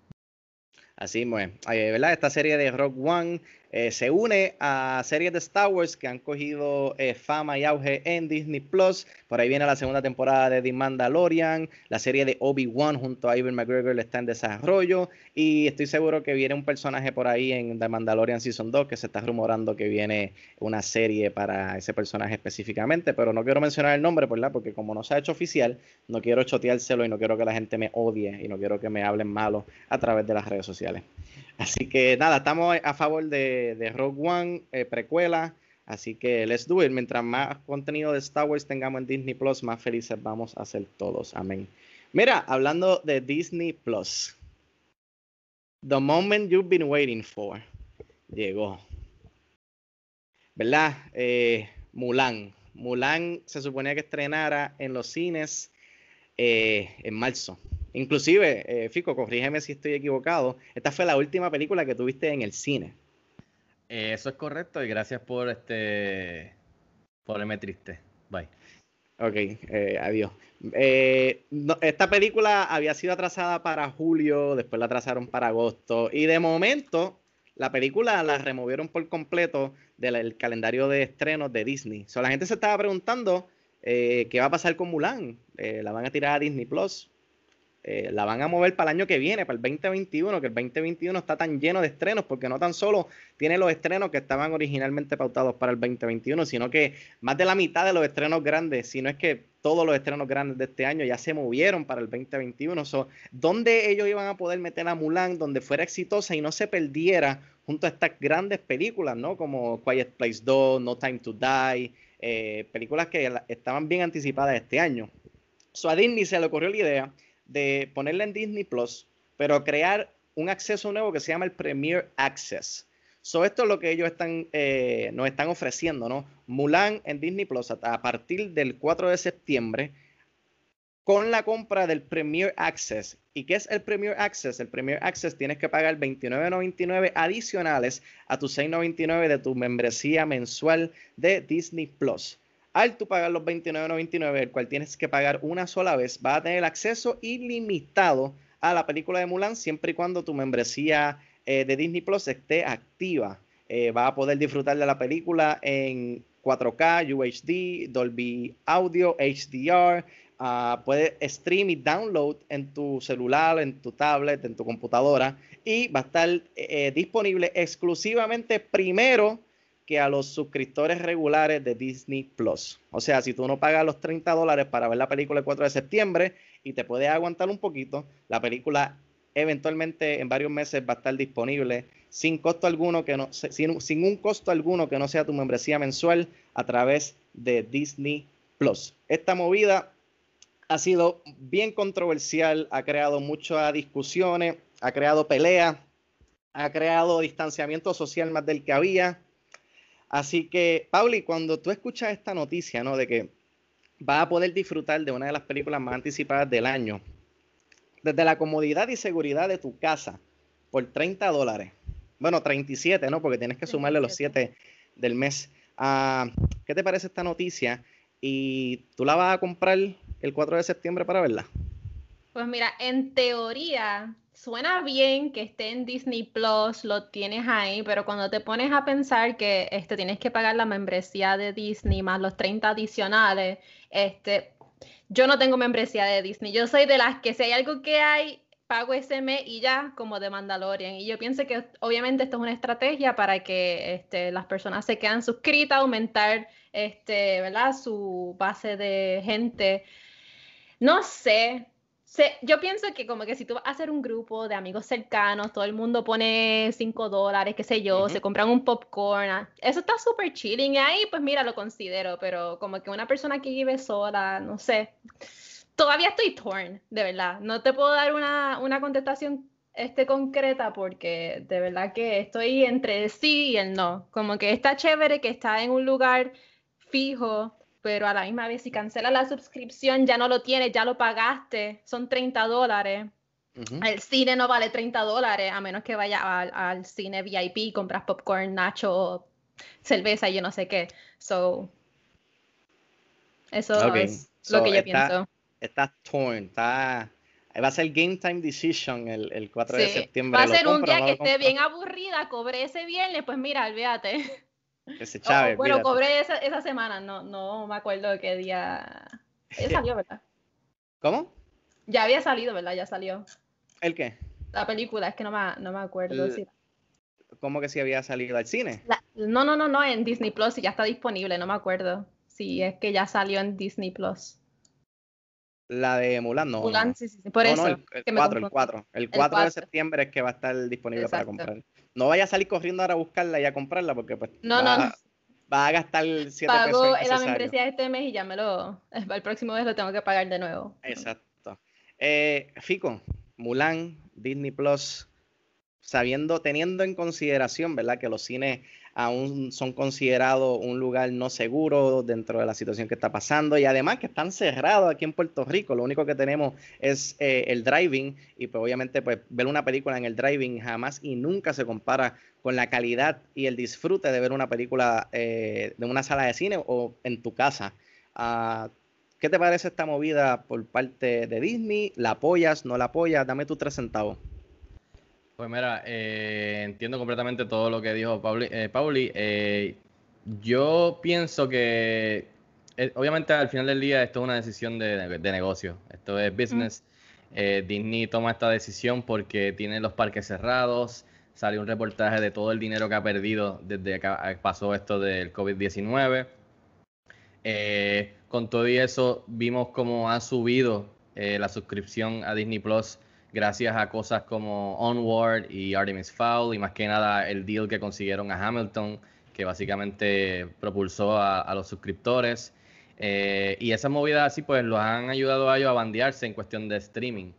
Así mismo es. Eh, ¿verdad? Esta serie de Rogue One eh, se une a series de Star Wars que han cogido eh, fama y auge en Disney Plus. Por ahí viene la segunda temporada de The Mandalorian. La serie de Obi-Wan junto a Ewan McGregor está en desarrollo. Y estoy seguro que viene un personaje por ahí en The Mandalorian Season dos que se está rumorando que viene una serie para ese personaje específicamente. Pero no quiero mencionar el nombre, ¿verdad? Porque como no se ha hecho oficial, no quiero choteárselo y no quiero que la gente me odie y no quiero que me hablen malo a través de las redes sociales. Así que nada, estamos a favor de, de Rogue One, eh, precuela, así que let's do it. Mientras más contenido de Star Wars tengamos en Disney Plus, más felices vamos a ser todos. Amén. Mira, hablando de Disney Plus, the moment you've been waiting for, llegó. ¿Verdad? Eh, Mulan. Mulan se suponía que estrenara en los cines eh, en marzo. Inclusive, eh, Fico, corrígeme si estoy equivocado, esta fue la última película que tuviste en el cine. Eh, eso es correcto y gracias por este ponerme triste. Bye. Ok, eh, adiós. Eh, no, esta película había sido atrasada para julio, después la atrasaron para agosto y de momento la película la removieron por completo del el calendario de estrenos de Disney. So, la gente se estaba preguntando eh, qué va a pasar con Mulan. Eh, ¿La van a tirar a Disney Plus? Eh, la van a mover para el año que viene, para el veinte veintiuno, que el veinte veintiuno está tan lleno de estrenos, porque no tan solo tiene los estrenos que estaban originalmente pautados para el veinte veintiuno, sino que más de la mitad de los estrenos grandes, si no es que todos los estrenos grandes de este año ya se movieron para el veinte veintiuno. So, ¿dónde ellos iban a poder meter a Mulan donde fuera exitosa y no se perdiera junto a estas grandes películas, ¿no? Como Quiet Place dos, No Time to Die, eh, películas que la, estaban bien anticipadas este año. So, a Disney se le ocurrió la idea de ponerla en Disney Plus, pero crear un acceso nuevo que se llama el Premier Access. So, esto es lo que ellos están, eh, nos están ofreciendo, ¿no? Mulan en Disney Plus a, a partir del cuatro de septiembre con la compra del Premier Access. ¿Y qué es el Premier Access? El Premier Access tienes que pagar veintinueve noventa y nueve adicionales a tus seis noventa y nueve de tu membresía mensual de Disney Plus. Al tú pagar los veintinueve noventa y nueve, el cual tienes que pagar una sola vez, vas a tener acceso ilimitado a la película de Mulan siempre y cuando tu membresía eh, de Disney Plus esté activa. Eh, vas a poder disfrutar de la película en cuatro K, U H D, Dolby Audio, H D R. Uh, puedes stream y download en tu celular, en tu tablet, en tu computadora. Y va a estar eh, disponible exclusivamente primero que a los suscriptores regulares de Disney Plus. O sea, si tú no pagas los treinta dólares para ver la película el cuatro de septiembre y te puedes aguantar un poquito, la película eventualmente en varios meses va a estar disponible sin costo alguno, que no, sin, sin un costo alguno que no sea tu membresía mensual a través de Disney Plus. Esta movida ha sido bien controversial, ha creado muchas discusiones, ha creado peleas, ha creado distanciamiento social más del que había. Así que, Pauli, cuando tú escuchas esta noticia, ¿no? De que vas a poder disfrutar de una de las películas más anticipadas del año, desde la comodidad y seguridad de tu casa, por treinta dólares. Bueno, treinta y siete, ¿no? Porque tienes que sumarle los siete del mes. Uh, ¿Qué te parece esta noticia? ¿Y tú la vas a comprar el cuatro de septiembre para verla? Pues mira, en teoría suena bien que esté en Disney Plus, lo tienes ahí, pero cuando te pones a pensar que este, tienes que pagar la membresía de Disney más los treinta adicionales, este, yo no tengo membresía de Disney. Yo soy de las que si hay algo que hay, pago ese mes y ya, como de Mandalorian. Y yo pienso que obviamente esto es una estrategia para que este, las personas se quedan suscritas, aumentar este, ¿verdad? Su base de gente. No sé. sé. Yo pienso que como que si tú vas a hacer un grupo de amigos cercanos, todo el mundo pone cinco dólares, qué sé yo, uh-huh. se compran un popcorn. Eso está súper chilling. Y ahí, pues mira, lo considero. Pero como que una persona que vive sola, no sé. Todavía estoy torn, de verdad. No te puedo dar una, una contestación este, concreta porque de verdad que estoy entre el sí y el no. Como que está chévere que está en un lugar fijo, pero a la misma vez si cancelas la suscripción ya no lo tienes, ya lo pagaste, son treinta dólares. Uh-huh. El cine no vale treinta dólares a menos que vayas al, al cine V I P, compras popcorn, nacho, cerveza y yo no sé qué. So, eso okay. es so, lo que yo está... pienso. Está torn, está... Va a ser Game Time Decision el, el cuatro sí. de septiembre. Va a ser compro, un día no que compro. esté bien aburrida, cobré ese viernes, pues mira, olvídate. Ese chave, oh, bueno, olvídate. cobré esa, esa semana, no, no me acuerdo qué día... Ya salió, ¿verdad? ¿Cómo? Ya había salido, ¿verdad? Ya salió. ¿El qué? La película, es que no me, no me acuerdo. El... Si... ¿Cómo que si había salido al cine? La... No, no, no, no, en Disney Plus, y ya está disponible, no me acuerdo. Si es que ya salió en Disney Plus. La de Mulan, no. Mulan, no. sí, sí, sí. Por no, eso. No, el, el cuatro, el cuatro. El cuatro de septiembre es que va a estar disponible Exacto. para comprar. No vaya a salir corriendo ahora a buscarla y a comprarla porque pues no, va, no, no. va a gastar siete Pago pesos la membresía de este mes y ya me lo... El próximo mes lo tengo que pagar de nuevo. Exacto. Eh, Fico, Mulan, Disney Plus, sabiendo, teniendo en consideración, ¿verdad? Que los cines aún son considerados un lugar no seguro dentro de la situación que está pasando y además que están cerrados aquí en Puerto Rico. Lo único que tenemos es eh, el drive-in y pues obviamente pues ver una película en el drive-in jamás y nunca se compara con la calidad y el disfrute de ver una película eh, de una sala de cine o en tu casa. Uh, ¿Qué te parece esta movida por parte de Disney? ¿La apoyas? ¿No la apoyas? Dame tus tres centavos. Pues mira, eh, entiendo completamente todo lo que dijo Pauli. Eh, Pauli eh, yo pienso que, eh, obviamente al final del día esto es una decisión de, de negocio, esto es business. Mm. Eh, Disney toma esta decisión porque tiene los parques cerrados, salió un reportaje de todo el dinero que ha perdido desde que pasó esto del COVID diecinueve. Eh, con todo y eso vimos cómo ha subido eh, la suscripción a Disney Plus gracias a cosas como Onward y Artemis Fowl y más que nada el deal que consiguieron a Hamilton, que básicamente propulsó a, a los suscriptores. Eh, y esas movidas así, pues, los han ayudado a ellos a bandearse en cuestión de streaming.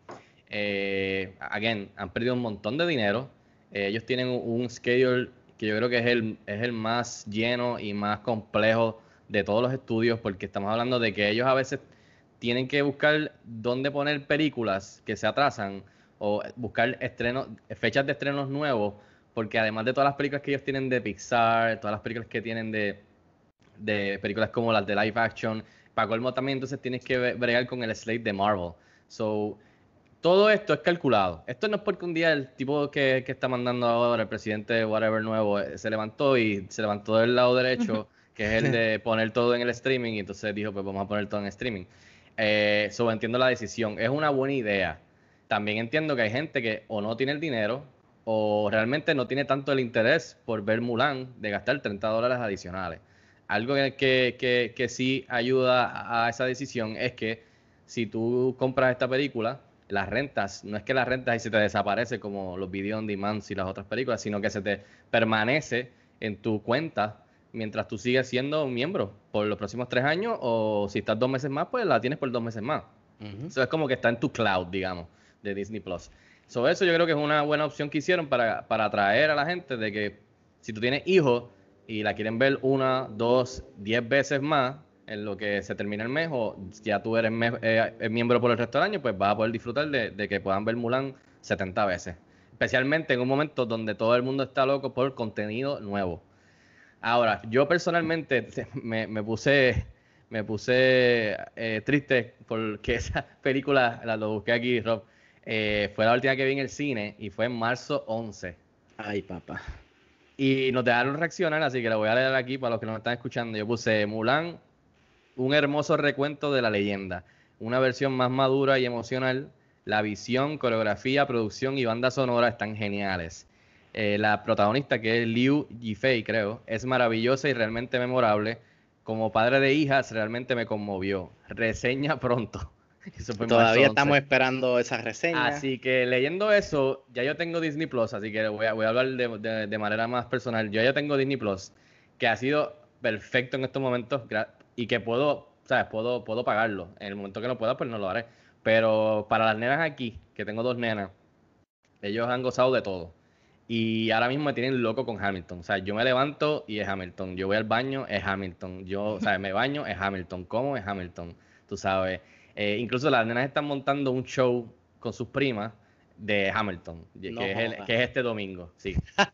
Eh, again, han perdido un montón de dinero. Eh, ellos tienen un, un schedule que yo creo que es el, es el más lleno y más complejo de todos los estudios, porque estamos hablando de que ellos a veces tienen que buscar dónde poner películas que se atrasan o buscar estrenos, fechas de estrenos nuevos, porque además de todas las películas que ellos tienen de Pixar, todas las películas que tienen de, de películas como las de live action, para colmo también entonces tienes que bregar con el slate de Marvel. So, todo esto es calculado. Esto no es porque un día el tipo que, que está mandando ahora, el presidente whatever nuevo, se levantó y se levantó del lado derecho, que es el de poner todo en el streaming, y entonces dijo, pues vamos a poner todo en streaming. Eh, so, entiendo la decisión. Es una buena idea. También entiendo que hay gente que o no tiene el dinero o realmente no tiene tanto el interés por ver Mulan de gastar treinta dólares adicionales. Algo que, que, que, que sí ayuda a esa decisión es que si tú compras esta película, las rentas, no es que las rentas y se te desaparece como los video on demand y las otras películas, sino que se te permanece en tu cuenta mientras tú sigues siendo un miembro por los próximos tres años, o si estás dos meses más, pues la tienes por dos meses más. Uh-huh. Eso es como que está en tu cloud, digamos, de Disney Plus. So, eso yo creo que es una buena opción que hicieron para, para atraer a la gente de que si tú tienes hijos y la quieren ver una, dos, diez veces más en lo que se termina el mes, o ya tú eres me- eh, miembro por el resto del año, pues vas a poder disfrutar de, de que puedan ver Mulan setenta veces. Especialmente en un momento donde todo el mundo está loco por contenido nuevo. Ahora, yo personalmente me, me puse me puse eh, triste porque esa película, la lo busqué aquí, Rob, eh, fue la última que vi en el cine y fue en marzo once. Ay, papá. Y nos dejaron reaccionar, así que la voy a leer aquí para los que nos están escuchando. Yo puse Mulan, un hermoso recuento de la leyenda, una versión más madura y emocional. La visión, coreografía, producción y banda sonora están geniales. Eh, la protagonista, que es Liu Yifei, creo, es maravillosa y realmente memorable. Como padre de hijas, realmente me conmovió. Reseña pronto. Eso fue Todavía estamos esperando esa reseña. Así que leyendo eso, ya yo tengo Disney Plus, así que voy a, voy a hablar de, de, de manera más personal. Yo ya tengo Disney Plus, que ha sido perfecto en estos momentos y que puedo, ¿sabes? Puedo, puedo pagarlo. En el momento que no pueda, pues no lo haré. Pero para las nenas aquí, que tengo dos nenas, ellos han gozado de todo. Y ahora mismo me tienen loco con Hamilton. O sea, yo me levanto y es Hamilton. Yo voy al baño, es Hamilton. Yo, o sea, me baño, es Hamilton. Como es Hamilton. Tú sabes. Eh, incluso las nenas están montando un show con sus primas de Hamilton, que, no, es, el, que es este domingo. Sí.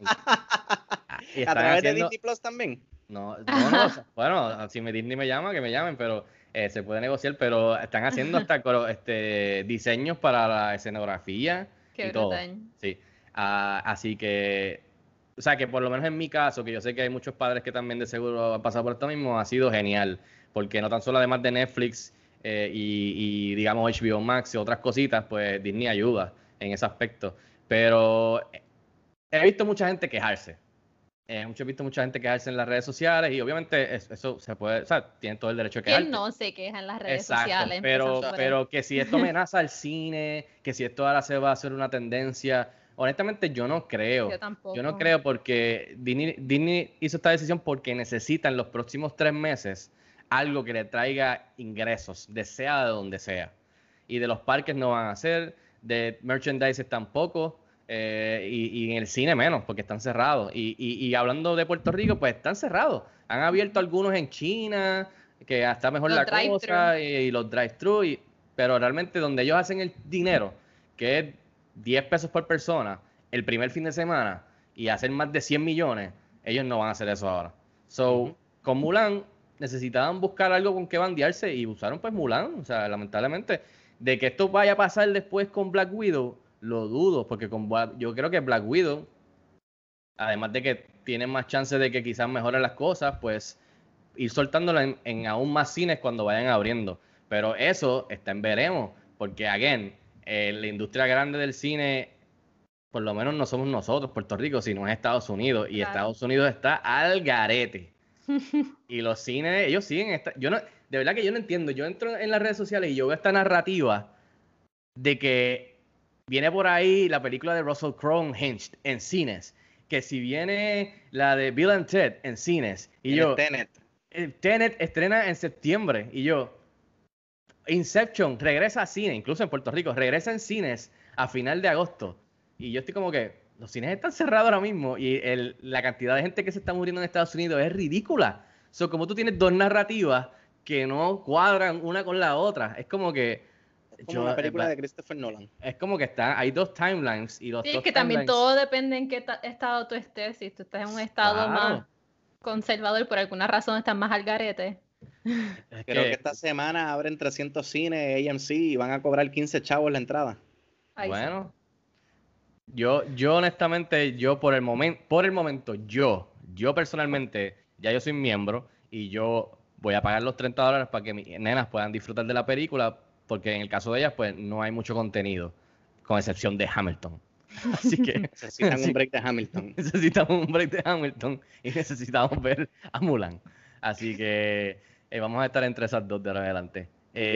Y ¿A través haciendo... de Disney Plus también? No, no, no. Bueno, si me Disney me llama, que me llamen, pero eh, se puede negociar. Pero están haciendo hasta este, diseños para la escenografía. Qué y todo. brutal. Sí. Uh, así que, o sea, que por lo menos en mi caso, que yo sé que hay muchos padres que también de seguro han pasado por esto mismo, ha sido genial, porque no tan solo además de Netflix eh, y, y digamos H B O Max y otras cositas, pues Disney ayuda en ese aspecto. Pero he visto mucha gente quejarse, eh, he visto mucha gente quejarse en las redes sociales y obviamente eso, eso se puede, o sea, tienen todo el derecho de quejarse. ¿Quién no se queja en las redes Exacto, sociales? Pero, pero que si esto amenaza al cine, que si esto ahora se va a hacer una tendencia, honestamente yo no creo. Yo tampoco. Yo no creo porque Disney, Disney hizo esta decisión porque necesita en los próximos tres meses algo que le traiga ingresos, de sea de donde sea. Y de los parques no van a hacer, de merchandise tampoco, eh, y, y en el cine menos, porque están cerrados. Y, y, y hablando de Puerto Rico, pues están cerrados. Han abierto algunos en China, que está mejor los la cosa, y, y los drive-thru, y, pero realmente donde ellos hacen el dinero, que es diez pesos por persona, el primer fin de semana, y hacer más de cien millones, ellos no van a hacer eso ahora. So, uh-huh. Con Mulan, necesitaban buscar algo con que bandearse, y usaron pues Mulan. O sea, lamentablemente, de que esto vaya a pasar después con Black Widow, lo dudo, porque con yo creo que Black Widow, además de que tienen más chances de que quizás mejoren las cosas, pues ir soltándola en, en aún más cines cuando vayan abriendo. Pero eso está en veremos, porque, again, eh, la industria grande del cine, por lo menos no somos nosotros, Puerto Rico, sino es Estados Unidos, y claro. Estados Unidos está al garete. Y los cines, ellos siguen, esta, yo no, de verdad que yo no entiendo, yo entro en las redes sociales y yo veo esta narrativa de que viene por ahí la película de Russell Crowe, Hinged, en cines, que si viene la de Bill and Ted en cines, y en yo... Tenet. Tenet estrena en septiembre, y yo... Inception regresa a cine, incluso en Puerto Rico, regresa en cines a final de agosto. Y yo estoy como que, los cines están cerrados ahora mismo, y el, la cantidad de gente que se está muriendo en Estados Unidos es ridícula. So, como tú tienes dos narrativas que no cuadran una con la otra, es como que... Es como yo, una película eh, de Christopher Nolan. Es como que está, hay dos timelines, y los Sí, dos es que también timelines- todo depende en qué ta- estado tú estés. Si tú estás en un estado Claro. más conservador, por alguna razón estás más al garete. es Creo que- que esta semana abren trescientos cines A M C y van a cobrar quince chavos la entrada. Ahí sí. Bueno, yo, yo honestamente, yo por el momento, por el momento, yo, yo personalmente, ya yo soy miembro y yo voy a pagar los treinta dólares para que mis nenas puedan disfrutar de la película, porque en el caso de ellas, pues no hay mucho contenido, con excepción de Hamilton. Así que Necesitan así- un break de Hamilton. necesitamos un break de Hamilton y necesitamos ver a Mulan. Así que eh, vamos a estar entre esas dos de ahora en adelante.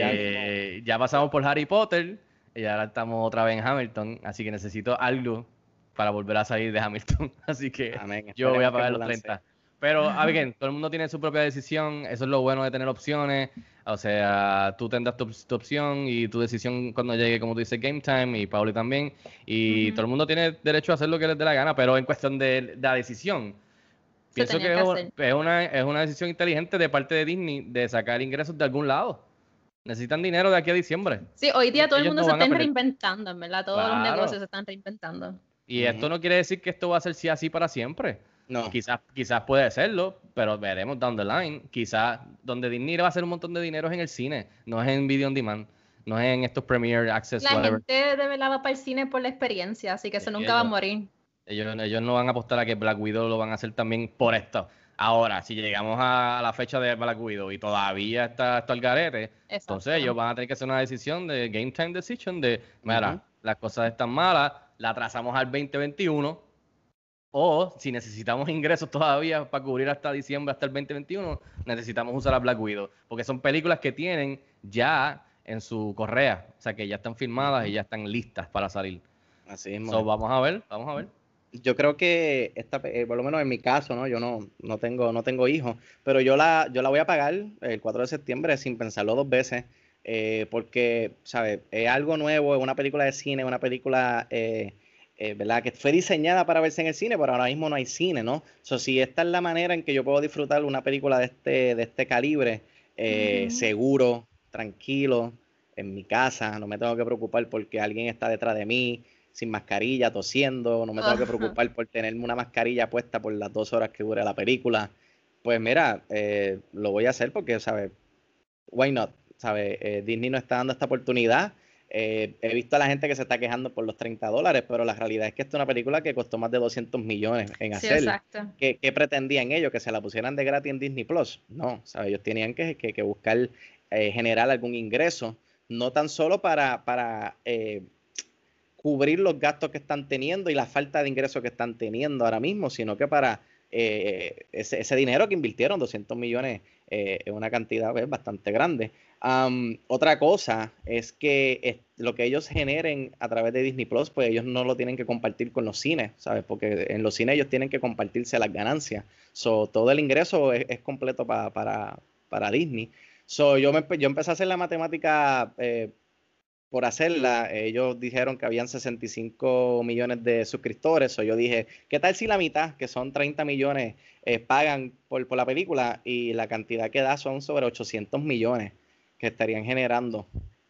Eh, ya pasamos por Harry Potter y ahora estamos otra vez en Hamilton, así que necesito algo para volver a salir de Hamilton. Así que Amén. yo voy a Esperemos que pagar los Mulan treinta. Pero, a ver, todo el mundo tiene su propia decisión. Eso es lo bueno de tener opciones. O sea, tú tendrás tu, tu opción y tu decisión cuando llegue, como tú dices, Game Time, y Pauli también. Y Ujú. todo el mundo tiene derecho a hacer lo que les dé la gana, pero en cuestión de, de la decisión, Se pienso tenía que, que es, hacer. es una, es una decisión inteligente de parte de Disney de sacar ingresos de algún lado. Necesitan dinero de aquí a diciembre. Sí, hoy día todo el Ellos mundo no se van a está perder. reinventando, en verdad. Todos los Claro. negocios se están reinventando. Y esto no quiere decir que esto va a ser sí así para siempre. No. Quizás, quizás puede serlo, pero veremos down the line. Quizás donde Disney va a hacer un montón de dinero es en el cine, no es en video on demand, no es en estos Premiere Access, La whatever. gente de verdad va para el cine por la experiencia, así que eso Sí, nunca va a ellos- morir. Ellos, ellos no van a apostar a que Black Widow lo van a hacer también por esto. Ahora, si llegamos a la fecha de Black Widow y todavía está esto al garete, Exacto. entonces ellos van a tener que hacer una decisión de game time decision de, mira, Ujú. las cosas están malas, la trazamos al veinte veintiuno, o si necesitamos ingresos todavía para cubrir hasta diciembre, hasta el veinte veintiuno, necesitamos usar a Black Widow, porque son películas que tienen ya en su correa, o sea que ya están filmadas y ya están listas para salir. Así es. So, vamos a ver, vamos a ver. Yo creo que esta, pe- eh, por lo menos en mi caso, ¿no? Yo no, no tengo, no tengo hijos, pero yo la, yo la voy a pagar el cuatro de septiembre sin pensarlo dos veces, eh, porque, ¿sabes? Es algo nuevo, es una película de cine, una película, eh, eh, ¿verdad? Que fue diseñada para verse en el cine, pero ahora mismo no hay cine, ¿no? So, si esta es la manera en que yo puedo disfrutar una película de este, de este calibre, eh, Ujú. seguro, tranquilo, en mi casa, no me tengo que preocupar porque alguien está detrás de mí, sin mascarilla, tosiendo, no me tengo que Ajá. preocupar por tenerme una mascarilla puesta por las dos horas que dure la película. Pues mira, eh, lo voy a hacer porque, ¿sabes? Why not? ¿Sabes? Eh, Disney nos está dando esta oportunidad. Eh, he visto a la gente que se está quejando por los treinta dólares, pero la realidad es que esta es una película que costó más de doscientos millones en Sí, hacer. exacto. ¿Qué, qué pretendían ellos? ¿Que se la pusieran de gratis en Disney Plus? No, ¿sabes? Ellos tenían que, que, que buscar eh, generar algún ingreso, no tan solo para, para eh, cubrir los gastos que están teniendo y la falta de ingresos que están teniendo ahora mismo, sino que para eh, ese, ese dinero que invirtieron, doscientos millones, eh, es una cantidad pues, bastante grande. Um, otra cosa es que es, lo que ellos generen a través de Disney Plus, pues ellos no lo tienen que compartir con los cines, ¿sabes? Porque en los cines ellos tienen que compartirse las ganancias. So, todo el ingreso es, es completo pa, para, para Disney. So, yo, me, yo empecé a hacer la matemática eh, por hacerla. Ellos dijeron que habían sesenta y cinco millones de suscriptores. So, yo dije, ¿qué tal si la mitad, que son treinta millones, eh, pagan por, por la película? Y la cantidad que da son sobre ochocientos millones que estarían generando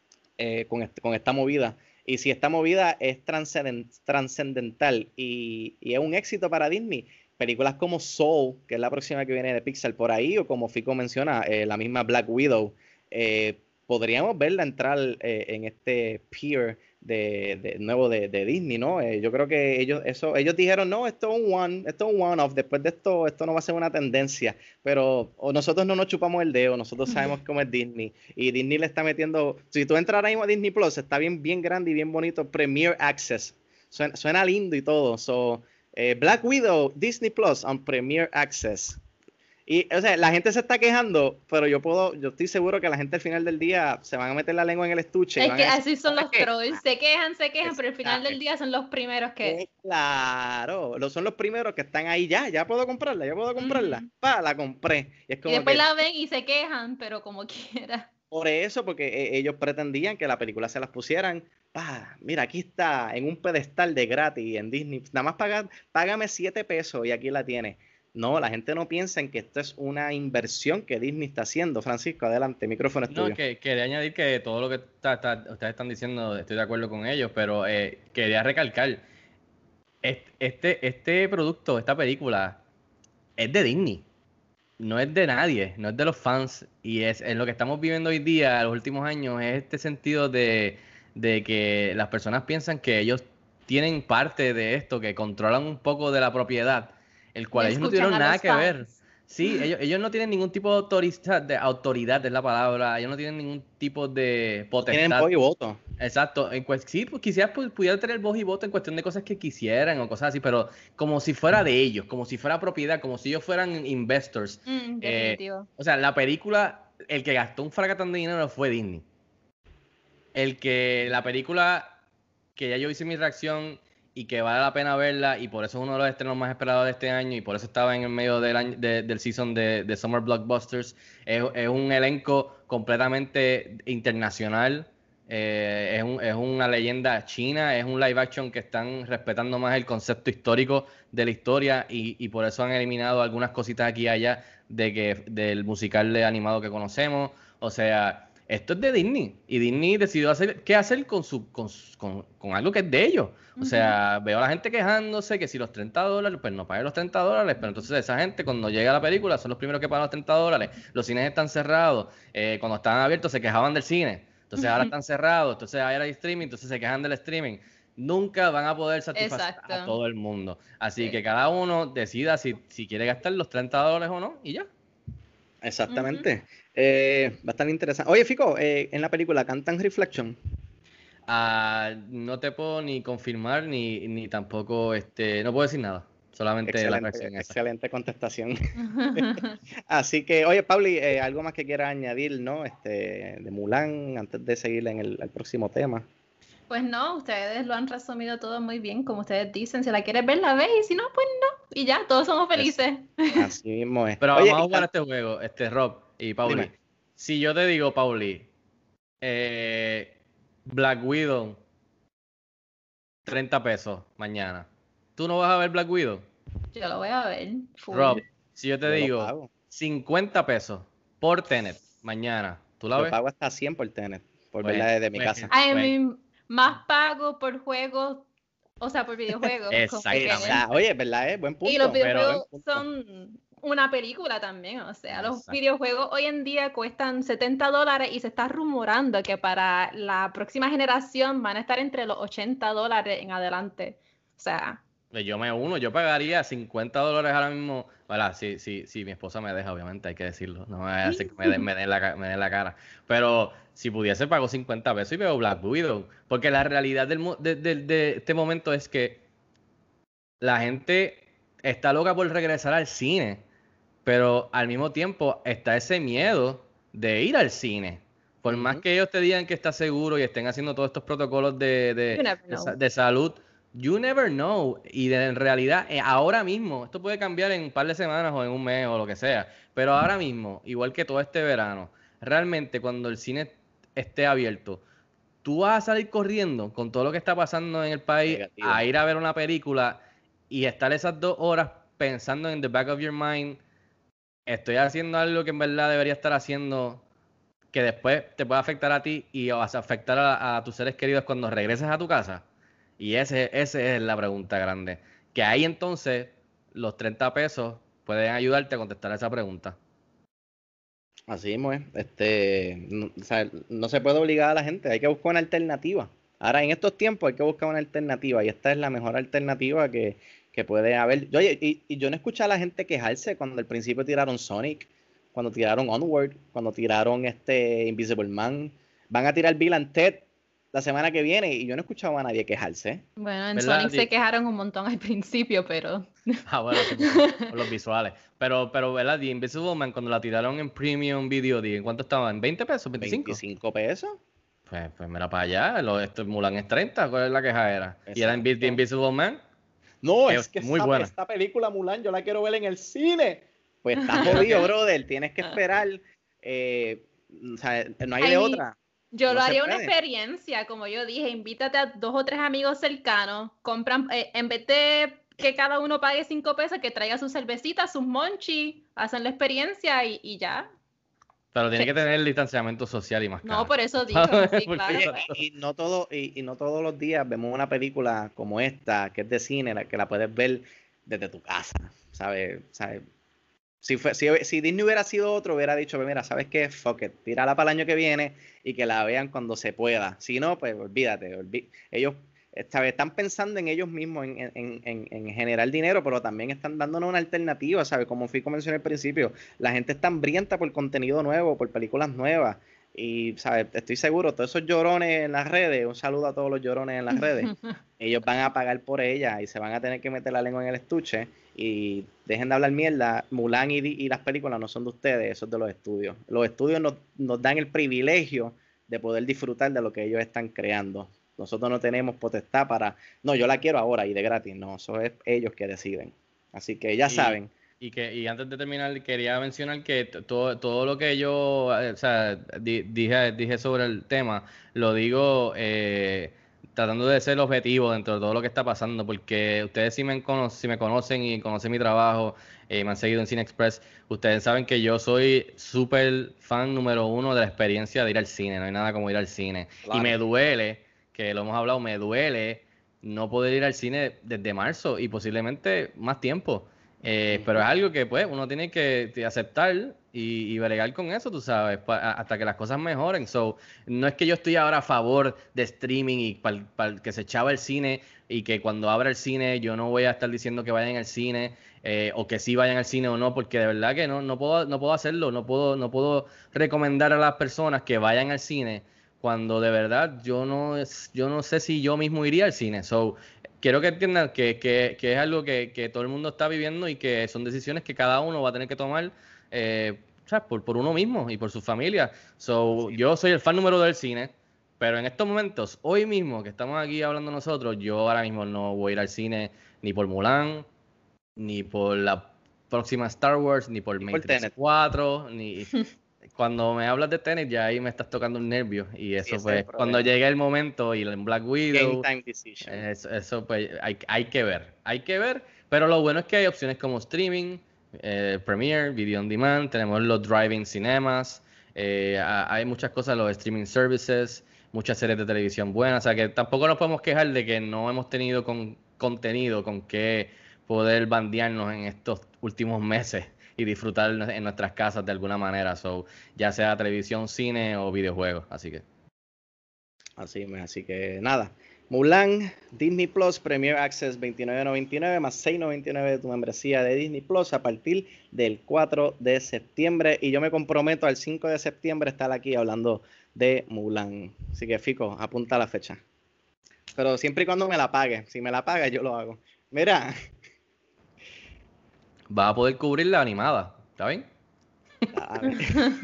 eh, con, este, con esta movida. Y si esta movida es transcendent, trascendental y, y es un éxito para Disney, películas como Soul, que es la próxima que viene de Pixar por ahí, o como Fico menciona, eh, la misma Black Widow, eh, podríamos verla entrar eh, en este pier de, de nuevo de, de Disney, ¿no? Eh, yo creo que ellos eso ellos dijeron, no, esto es un one, esto es un one-off, después de esto, esto no va a ser una tendencia, pero o nosotros no nos chupamos el dedo, nosotros sabemos cómo es Disney, y Disney le está metiendo, si tú entras ahora mismo a Disney Plus, está bien, bien grande y bien bonito, Premier Access, suena, suena lindo y todo, so, eh, Black Widow, Disney Plus on Premier Access. Y, o sea, la gente se está quejando, pero yo puedo, yo estoy seguro que la gente al final del día se van a meter la lengua en el estuche. Es que a así son los ¿qué? trolls, se quejan, se quejan, Es, pero al final del día son los primeros que... Claro, lo, son los primeros que están ahí ya, ya puedo comprarla, ya puedo comprarla. Mm. Pa, la compré. Y, es como y después que, la ven y se quejan, pero como quiera. Por eso, porque eh, ellos pretendían que la película se las pusieran. Pa, mira, aquí está, en un pedestal de gratis en Disney. Nada más paga, págame siete pesos y aquí la tienes. No, la gente no piensa en que esto es una inversión que Disney está haciendo. Francisco, adelante, micrófono es tuyo. No, que quería añadir que todo lo que está, está, ustedes están diciendo, estoy de acuerdo con ellos, pero eh, quería recalcar, este, este producto, esta película, es de Disney, no es de nadie, no es de los fans, y es en lo que estamos viviendo hoy día, en los últimos años, es este sentido de, de que las personas piensan que ellos tienen parte de esto, que controlan un poco de la propiedad, el cual ellos no tuvieron nada que fans. ver. Sí, ellos, ellos no tienen ningún tipo de autoridad, de autoridad es la palabra, ellos no tienen ningún tipo de potestad. Tienen voz y voto. Exacto, en pues, sí, pues quizás pues, pudieran tener voz y voto en cuestión de cosas que quisieran o cosas así, pero como si fuera de ellos, como si fuera propiedad, como si ellos fueran investors. Mm, eh, o sea, la película, el que gastó un fracatán de dinero fue Disney. El que, la película, que ya yo hice mi reacción y que vale la pena verla, y por eso es uno de los estrenos más esperados de este año, y por eso estaba en el medio del año, de, del season de, de Summer Blockbusters, es, es un elenco completamente internacional, eh, es, un, es una leyenda china, es un live action que están respetando más el concepto histórico de la historia, y, y por eso han eliminado algunas cositas aquí y allá de que, del musical de animado que conocemos. O sea, esto es de Disney, y Disney decidió hacer qué hacer con, su, con, con, con algo que es de ellos. O sea, uh-huh. veo a la gente quejándose que si los treinta dólares, pues no paguen los treinta dólares, pero entonces esa gente cuando llega a la película son los primeros que pagan los treinta dólares, los cines están cerrados, eh, cuando estaban abiertos se quejaban del cine, entonces uh-huh. ahora están cerrados, entonces ahora hay streaming, entonces se quejan del streaming. Nunca van a poder satisfacer Exacto. a todo el mundo. Así sí. que cada uno decida si, si quiere gastar los treinta dólares o no, y ya. Exactamente. Uh-huh. Eh, bastante interesante. Oye, Fico, eh, en la película cantan Reflection. Uh, no te puedo ni confirmar ni, ni tampoco, este, no puedo decir nada. Solamente excelente, la reacción esa. Excelente contestación. Así que, oye, Pauli, eh, algo más que quieras añadir, ¿no? Este, de Mulan, antes de seguir en el, el próximo tema. Pues no, ustedes lo han resumido todo muy bien, como ustedes dicen. Si la quieres ver, la ves, y si no, pues no. Y ya, todos somos felices. Así mismo es. Pero oye, vamos a jugar este juego, este Rob y Pauli. Dime. Si yo te digo, Pauli, eh, Black Widow, treinta pesos mañana, ¿tú no vas a ver Black Widow? Yo lo voy a ver. Full. Rob, si yo te yo digo cincuenta pesos por Tenet mañana, ¿tú la yo ves? Yo pago hasta cien por Tenet, por bueno, verla desde mi bueno, casa. Ay, bueno. Más pago por juegos, o sea, por videojuegos. Exactamente. Oye, ¿verdad? Es buen punto. Y los videojuegos son una película también, o sea, los Exacto. videojuegos hoy en día cuestan setenta dólares y se está rumorando que para la próxima generación van a estar entre los ochenta dólares en adelante. O sea... Yo me uno, yo pagaría cincuenta dólares ahora mismo, voilà, si, si, si mi esposa me deja, obviamente, hay que decirlo, no me voy a hacer que me den me den la, me den la cara, pero si pudiese pago cincuenta pesos y veo Black Widow, porque la realidad del, de, de, de este momento es que la gente está loca por regresar al cine, pero al mismo tiempo está ese miedo de ir al cine. Por uh-huh. más que ellos te digan que está seguro y estén haciendo todos estos protocolos de, de, de, de salud, you never know. Y de, en realidad, eh, ahora mismo, esto puede cambiar en un par de semanas o en un mes o lo que sea, pero ahora mismo, igual que todo este verano, realmente cuando el cine esté abierto, tú vas a salir corriendo con todo lo que está pasando en el país Negativo. A ir a ver una película y estar esas dos horas pensando en the back of your mind, estoy haciendo algo que en verdad debería estar haciendo, que después te puede afectar a ti y vas a afectar a, a tus seres queridos cuando regreses a tu casa. Y ese, ese es la pregunta grande. Que ahí entonces los treinta pesos pueden ayudarte a contestar esa pregunta. Así mismo es. Este, no, o sea, no se puede obligar a la gente, hay que buscar una alternativa. Ahora, en estos tiempos hay que buscar una alternativa y esta es la mejor alternativa que, que puede haber. Oye, y, y yo no escuché a la gente quejarse cuando al principio tiraron Sonic, cuando tiraron Onward, cuando tiraron este Invisible Man. Van a tirar Bill and Ted. la semana que viene y yo no he escuchado a nadie quejarse. Bueno, en ¿Verdad? Sonic se quejaron un montón al principio, pero... Ah, bueno, sí, por los visuales. Pero, pero, ¿verdad? The Invisible Man, cuando la tiraron en Premium Video, ¿en cuánto estaba? ¿En veinte pesos? ¿veinticinco? ¿veinticinco pesos? Pues, pues mira para allá. Lo, esto, Mulan es treinta. ¿Cuál es la queja era? Exacto. ¿Y era en The Invisible Man? No, Es es que muy esta, buena. esta película Mulan yo la quiero ver en el cine. Pues está jodido, brother. Tienes que esperar. Eh, o sea, no hay Ay, de otra. Yo No lo se haría una puede. experiencia, como yo dije, invítate a dos o tres amigos cercanos, compran, eh, en vez de que cada uno pague cinco pesos, que traiga sus cervecitas, sus monchis, hacen la experiencia y, y ya. Pero tiene Sí. que tener el distanciamiento social y más No, por eso digo, sí, Porque- claro. Oye, y no todo y, y no todos los días vemos una película como esta que es de cine, la que la puedes ver desde tu casa, ¿sabes? ¿Sabes? Si, fue, si, si Disney hubiera sido otro, hubiera dicho, pues mira, ¿sabes qué? Fuck it, tírala para el año que viene y que la vean cuando se pueda. Si no, pues olvídate. olví- ellos ¿sabes? Están pensando en ellos mismos, en, en, en, en generar dinero, pero también están dándonos una alternativa, ¿sabes? Como Fico mencionó al principio, la gente está hambrienta por contenido nuevo, por películas nuevas. Y, ¿sabes? Estoy seguro, todos esos llorones en las redes, un saludo a todos los llorones en las redes, ellos van a pagar por ella y se van a tener que meter la lengua en el estuche y dejen de hablar mierda. Mulan y, y las películas no son de ustedes, eso es de los estudios. Los estudios nos, nos dan el privilegio de poder disfrutar de lo que ellos están creando. Nosotros no tenemos potestad para, no, yo la quiero ahora y de gratis, no, eso es ellos que deciden. Así que ya Y- saben. Y que y antes de terminar, quería mencionar que t- todo, todo lo que yo eh, o sea, di- dije, dije sobre el tema, lo digo eh, tratando de ser objetivo dentro de todo lo que está pasando, porque ustedes si me, cono- si me conocen y conocen mi trabajo, eh, me han seguido en Cine Express, ustedes saben que yo soy súper fan número uno de la experiencia de ir al cine, no hay nada como ir al cine. Claro. Y me duele, que lo hemos hablado, me duele no poder ir al cine desde marzo y posiblemente más tiempo. Eh, pero es algo que pues uno tiene que que aceptar y, y bregar con eso, tú sabes, pa- a- hasta que las cosas mejoren. So, no es que yo estoy ahora a favor de streaming y para que se echaba el cine y que cuando abra el cine yo no voy a estar diciendo que vayan al cine eh, o que sí vayan al cine o no, porque de verdad que no, no puedo, no puedo hacerlo, no puedo, no puedo recomendar a las personas que vayan al cine cuando de verdad yo no, es- yo no sé si yo mismo iría al cine. So, quiero que entiendan que, que, que es algo que, que todo el mundo está viviendo y que son decisiones que cada uno va a tener que tomar eh, ¿sabes? Por, por uno mismo y por su familia. So, yo soy el fan número uno del cine, pero en estos momentos, hoy mismo que estamos aquí hablando nosotros, yo ahora mismo no voy a ir al cine ni por Mulan, ni por la próxima Star Wars, ni por Ni por Matrix Tenet. cuatro, ni... Cuando me hablas de Tenet, ya ahí me estás tocando un nervio. Y eso, ese es pues, el cuando problema. llegue el momento y en Black Widow, Game time decision. eso, eso, pues hay, hay que ver, hay que ver, pero lo bueno es que hay opciones como streaming, eh, Premiere, Video on Demand, tenemos los driving cinemas, eh, ha- hay muchas cosas, los streaming services, muchas series de televisión buenas, o sea que tampoco nos podemos quejar de que no hemos tenido con, contenido con que poder bandearnos en estos últimos meses y disfrutar en nuestras casas de alguna manera, so, ya sea televisión, cine o videojuegos, así que... Así, me- así que nada. Mulan, Disney Plus, Premier Access veintinueve noventa y nueve más seis noventa y nueve de tu membresía de Disney Plus a partir del cuatro de septiembre. Y yo me comprometo al cinco de septiembre a estar aquí hablando de Mulan. Así que, Fico, apunta la fecha. Pero siempre y cuando me la pague. Si me la paga, yo lo hago. Mira, Vas a poder cubrir la animada, ¿está bien? a ver.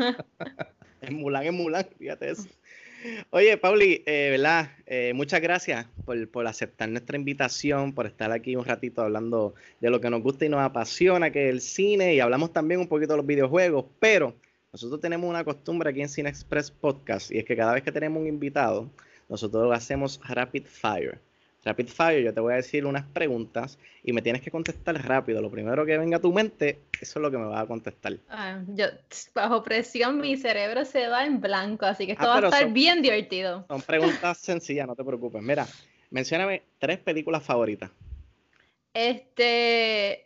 Es Mulan, es Mulan, fíjate eso. Oye, Pauli, eh, ¿verdad? Eh, muchas gracias por, por aceptar nuestra invitación, por estar aquí un ratito hablando de lo que nos gusta y nos apasiona, que es el cine, y hablamos también un poquito de los videojuegos, pero nosotros tenemos una costumbre aquí en Cine Express Podcast, y es que cada vez que tenemos un invitado, nosotros hacemos Rapid Fire. Rapid Fire, yo te voy a decir unas preguntas y me tienes que contestar rápido. Lo primero que venga a tu mente, eso es lo que me vas a contestar. Ah, yo, bajo presión, mi cerebro se va en blanco, así que esto Ah, va a pero estar son- bien divertido. Son preguntas sencillas, no te preocupes. Mira, mencióname tres películas favoritas. Este.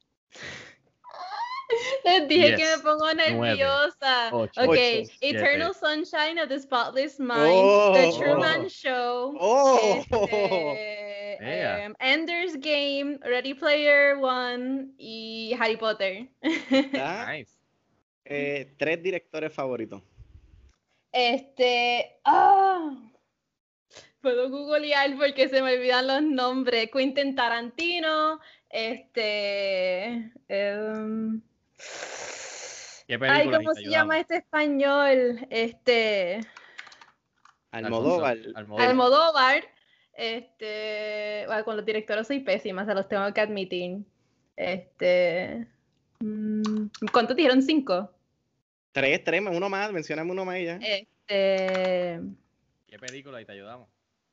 Les dije que Diez, me pongo nerviosa. ocho, Ok, ocho, Eternal siete. Sunshine of the Spotless Mind, Oh, The Truman oh. Show, ¡Oh! este, Ea. em, Ender's Game, Ready Player One y Harry Potter. ¿Ah? Nice. Eh, tres directores favoritos. Este. Ah. Puedo googlear porque se me olvidan los nombres. Quentin Tarantino, este... Um... ¿Qué Ay, película? ¿cómo Te se llama ayudamos. este español? Este... Almodóvar. Almodóvar. Almodóvar. Este... Bueno, con los directores soy pésima, se los tengo que admitir. Este... mm, ¿Cuántos dijeron? ¿Cinco? Tres, tres, uno más, mencioname uno más y ya. Este... ¿Qué película? Y te ayudamos.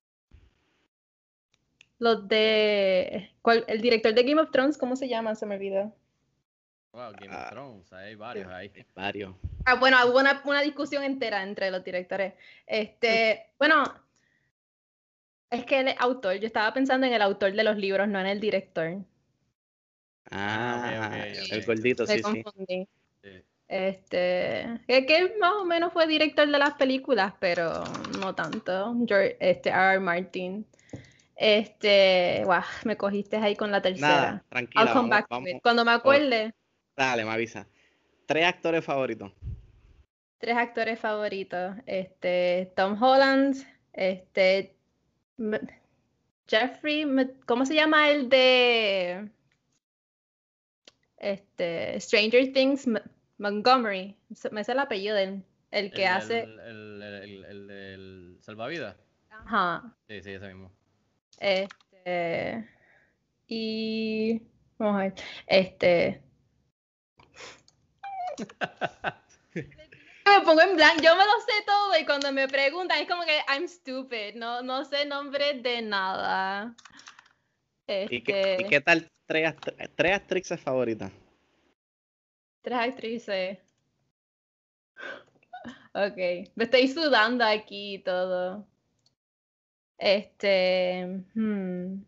Los de... ¿cuál? El director de Game of Thrones, ¿cómo se llama? Se me olvidó. Wow, Game of Ah. Thrones, hay varios ahí. Varios. Ah, bueno, hubo una, una discusión entera entre los directores. Este, bueno, es que el autor, yo estaba pensando en el autor de los libros, no en el director. Ah, ok, ok, ok. el gordito, Me sí, sí. confundí. Sí. Este, que, que más o menos fue director de las películas, pero no tanto. George, este, R R. Martin. Este, guau, me cogiste ahí con la tercera. Nada, tranquila. I'll come Vamos, back to vamos. it. Cuando me acuerde, Dale, me avisa. Tres actores favoritos. tres actores favoritos. Este, Tom Holland, este, M- Jeffrey, M- ¿cómo se llama el de este Stranger Things? M- Montgomery, se- me sé el apellido del el que El- hace, El, el, el, el del salvavidas. ajá, Sí, sí, ese mismo. este, y vamos a ver, este, me pongo en blanco, yo me lo sé todo y cuando me preguntan es como que I'm stupid, no, no sé nombre de nada. ¿Y qué, Este, y qué tal tres, act- tres actrices favoritas? tres actrices. Ok, me estoy sudando aquí y todo. Este, hmm.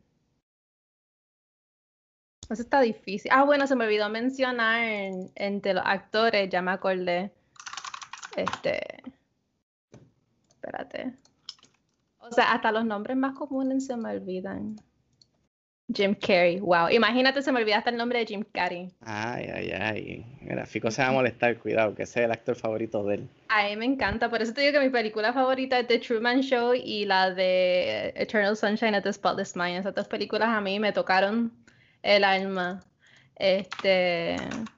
Eso está difícil. Ah, bueno, se me olvidó mencionar en- entre los actores, ya me acordé. Este, espérate. O sea, hasta los nombres más comunes se me olvidan. Jim Carrey, wow. Imagínate, se me olvida hasta el nombre de Jim Carrey. Ay, ay, ay. Mira, Fico se va a molestar, cuidado, que ese es el actor favorito de él. A mí me encanta, por eso te digo que mi película favorita es The Truman Show y la de Eternal Sunshine of the Spotless Mind. Esas dos películas a mí me tocaron el alma. Este,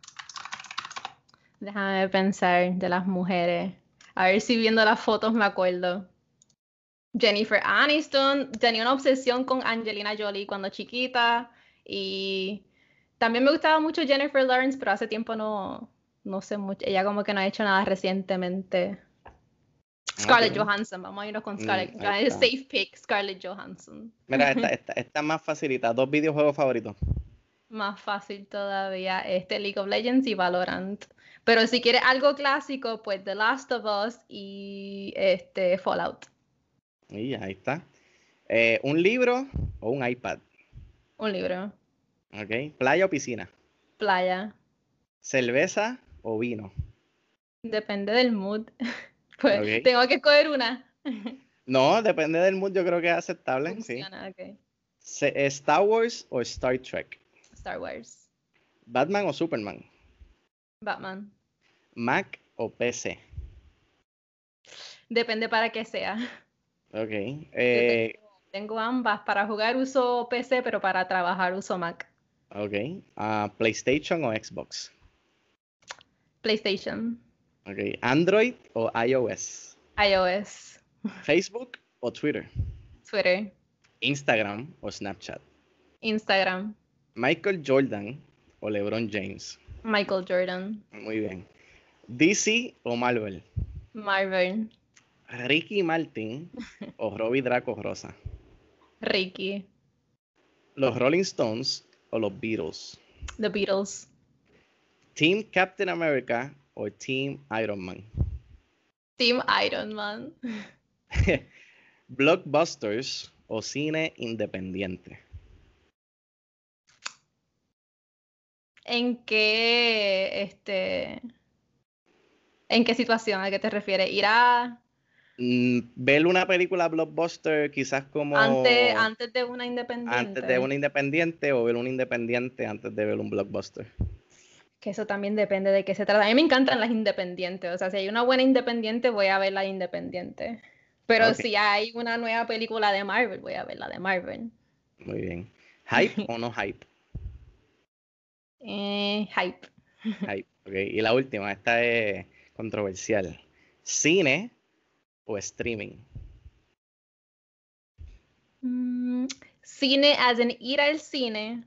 déjame pensar de las mujeres. A ver si viendo las fotos me acuerdo. Jennifer Aniston, tenía una obsesión con Angelina Jolie cuando chiquita y también me gustaba mucho Jennifer Lawrence, pero hace tiempo no, no sé mucho. Ella como que no ha hecho nada recientemente. Scarlett Ok. Johansson, vamos a irnos con Mm, Scarlett ahí Johansson. está. Safe pick, Scarlett Johansson. Mira, esta, esta, esta más facilita. Dos videojuegos favoritos. Más fácil todavía, este League of Legends y Valorant. Pero si quieres algo clásico, pues The Last of Us y este Fallout. Y ahí está. Eh, ¿un libro o un iPad? Un libro. Ok. ¿Playa o piscina? Playa. ¿Cerveza o vino? Depende del mood. Pues Ok. tengo que escoger una. No, depende del mood, yo creo que es aceptable. Sí. Funciona, ok. Se- ¿Star Wars o Star Trek? Star Wars. ¿Batman o Superman? Batman. ¿Mac o P C? Depende para qué sea. Ok. Yo Eh, tengo, tengo ambas. Para jugar uso P C, pero para trabajar uso Mac. ok. Ah, ¿PlayStation o Xbox? PlayStation. Ok. ¿Android o iOS? iOS. ¿Facebook o Twitter? Twitter. ¿Instagram o Snapchat? Instagram. ¿Michael Jordan o LeBron James? Michael Jordan. Muy bien. ¿D C o Marvel? Marvel. ¿Ricky Martin o Robbie Draco Rosa? Ricky. ¿Los Rolling Stones o los Beatles? The Beatles. ¿Team Captain America o Team Iron Man? Team Iron Man. ¿Blockbusters o cine independiente? ¿En qué, este, en qué situación? ¿A qué te refieres? ¿Ir a Mm, ver una película blockbuster quizás como antes, antes de una independiente? antes de una independiente o ver una independiente antes de ver un blockbuster? Que eso también depende de qué se trata. A mí me encantan las independientes. O sea, si hay una buena independiente, voy a ver la independiente. Pero Okay. si hay una nueva película de Marvel, voy a ver la de Marvel. Muy bien. ¿Hype o no hype? Eh, hype. Hype, ok. Y la última, esta es controversial. ¿Cine o streaming? Mm, cine, as in ir al cine.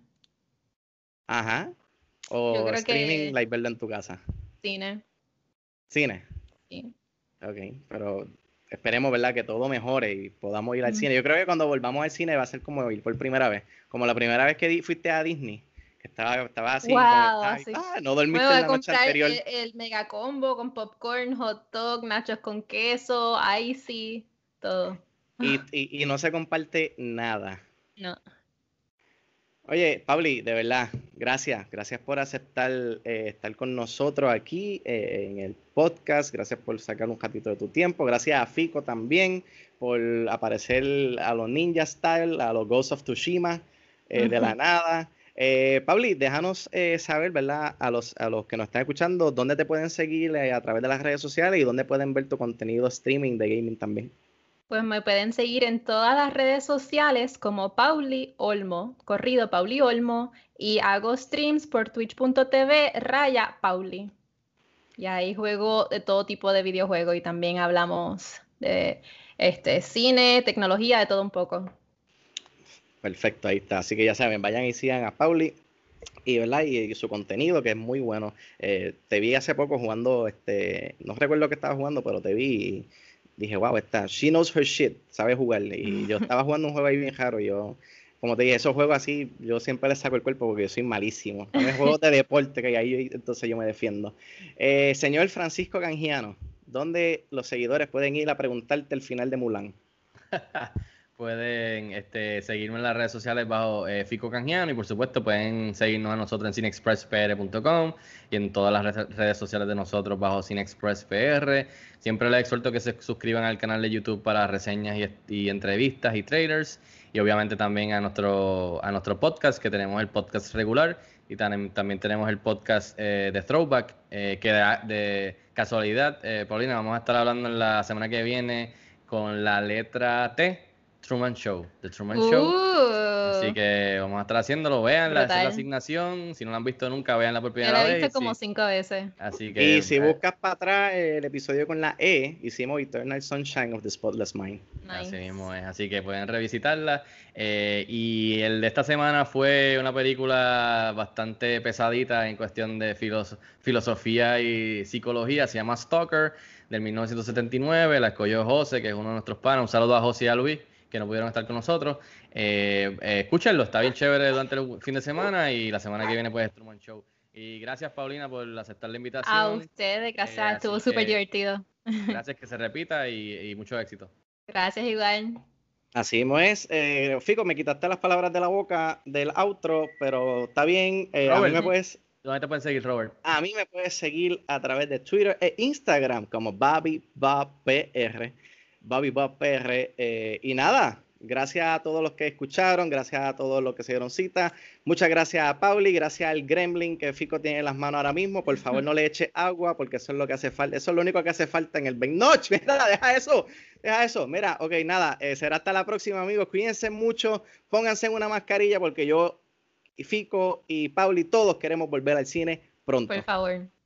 Ajá. Yo O creo streaming, que- like verlo en tu casa. Cine. Cine. Sí. Ok, pero esperemos, ¿verdad? Que todo mejore y podamos ir al Mm. cine. Yo creo que cuando volvamos al cine va a ser como ir por primera vez. Como la primera vez que di- fuiste a Disney. Que estaba, estaba así. Wow, como, ay, así. ah, no dormiste Luego en de la noche comprar anterior. el, el mega combo con popcorn, hot dog, nachos con queso, icy, todo. Y, y, y no se comparte nada. No. Oye, Pauli, de verdad, gracias. Gracias por aceptar eh, estar con nosotros aquí eh, en el podcast. Gracias por sacar un ratito de tu tiempo. Gracias a Fico también por aparecer a los Ninja Style, a los Ghosts of Tsushima eh, de la nada. Eh, Pauli, déjanos eh, saber, ¿verdad? A los, a los que nos están escuchando, dónde te pueden seguir eh, a través de las redes sociales y dónde pueden ver tu contenido streaming de gaming también. Pues me pueden seguir en todas las redes sociales como Pauli Olmo, corrido Pauli Olmo, y hago streams por twitch punto tv raya Pauli. Y ahí juego de todo tipo de videojuegos y también hablamos de este, cine, tecnología, de todo un poco. Perfecto, ahí está. Así que ya saben, vayan y sigan a Pauli y, ¿verdad? y, y su contenido, que es muy bueno. Eh, te vi hace poco jugando, este, no recuerdo qué estaba jugando, pero te vi y dije, wow, esta, she knows her shit, sabe jugar. Y yo estaba jugando un juego ahí bien raro. Y yo, como te dije, esos juegos así, yo siempre les saco el cuerpo porque yo soy malísimo. También juegos de deporte, que ahí yo- entonces yo me defiendo. Eh, señor Francisco Canjiano, ¿dónde los seguidores pueden ir a preguntarte el final de Mulan? Pueden este, seguirme en las redes sociales bajo eh, Fico Canjiano y por supuesto pueden seguirnos a nosotros en cine express p r punto com y en todas las re- redes sociales de nosotros bajo CineExpress P R. Siempre les exhorto que se suscriban al canal de YouTube para reseñas y, y entrevistas y trailers y obviamente también a nuestro, a nuestro podcast, que tenemos el podcast regular y tam- también tenemos el podcast eh, de Throwback, eh, que de, de casualidad, eh, Paulina, vamos a estar hablando en la semana que viene con la letra T, Truman Show, The Truman Show. Uh, Así que vamos a estar haciéndolo, vean la, esa es la Brutal. asignación, si no la han visto nunca, veanla por yo primera la he vez. visto como sí. cinco veces. Así que Y si eh, buscas para atrás eh, el episodio con la E, hicimos Eternal Sunshine of the Spotless Mind. así Nice. mismo es, así que pueden revisitarla. Eh, y el de esta semana fue una película bastante pesadita en cuestión de filos- filosofía y psicología, se llama Stalker, del mil novecientos setenta y nueve, la escogió José, que es uno de nuestros panas. Un saludo a José y a Luis, que no pudieron estar con nosotros. Eh, eh, escúchenlo, está bien chévere durante el fin de semana y la semana que viene pues es Truman Show. Y gracias, Paulina, por aceptar la invitación. A ustedes, gracias, Eh, estuvo así súper que- divertido. Gracias, que se repita y, y mucho éxito. Gracias igual. Así mismo es. Eh, Fico, me quitaste las palabras de la boca del outro, pero está bien. Eh, a, mí Robert, me sí. puedes, ¿Dónde te pueden seguir, Robert? a mí me puedes seguir a través de Twitter e Instagram como Bobby Bob P R. Bobby Bob P R. Eh, y nada, gracias a todos los que escucharon, gracias a todos los que se dieron cita. Muchas gracias a Pauli, gracias al Gremlin que Fico tiene en las manos ahora mismo. Por favor, no le eche agua porque eso es lo que hace falta. Eso es lo único que hace falta en el Bennoch. Mira, deja eso. Deja eso. Mira, ok, nada. Eh, será hasta la próxima, amigos. Cuídense mucho. Pónganse una mascarilla porque yo, y Fico y Pauli, todos queremos volver al cine pronto. Por favor.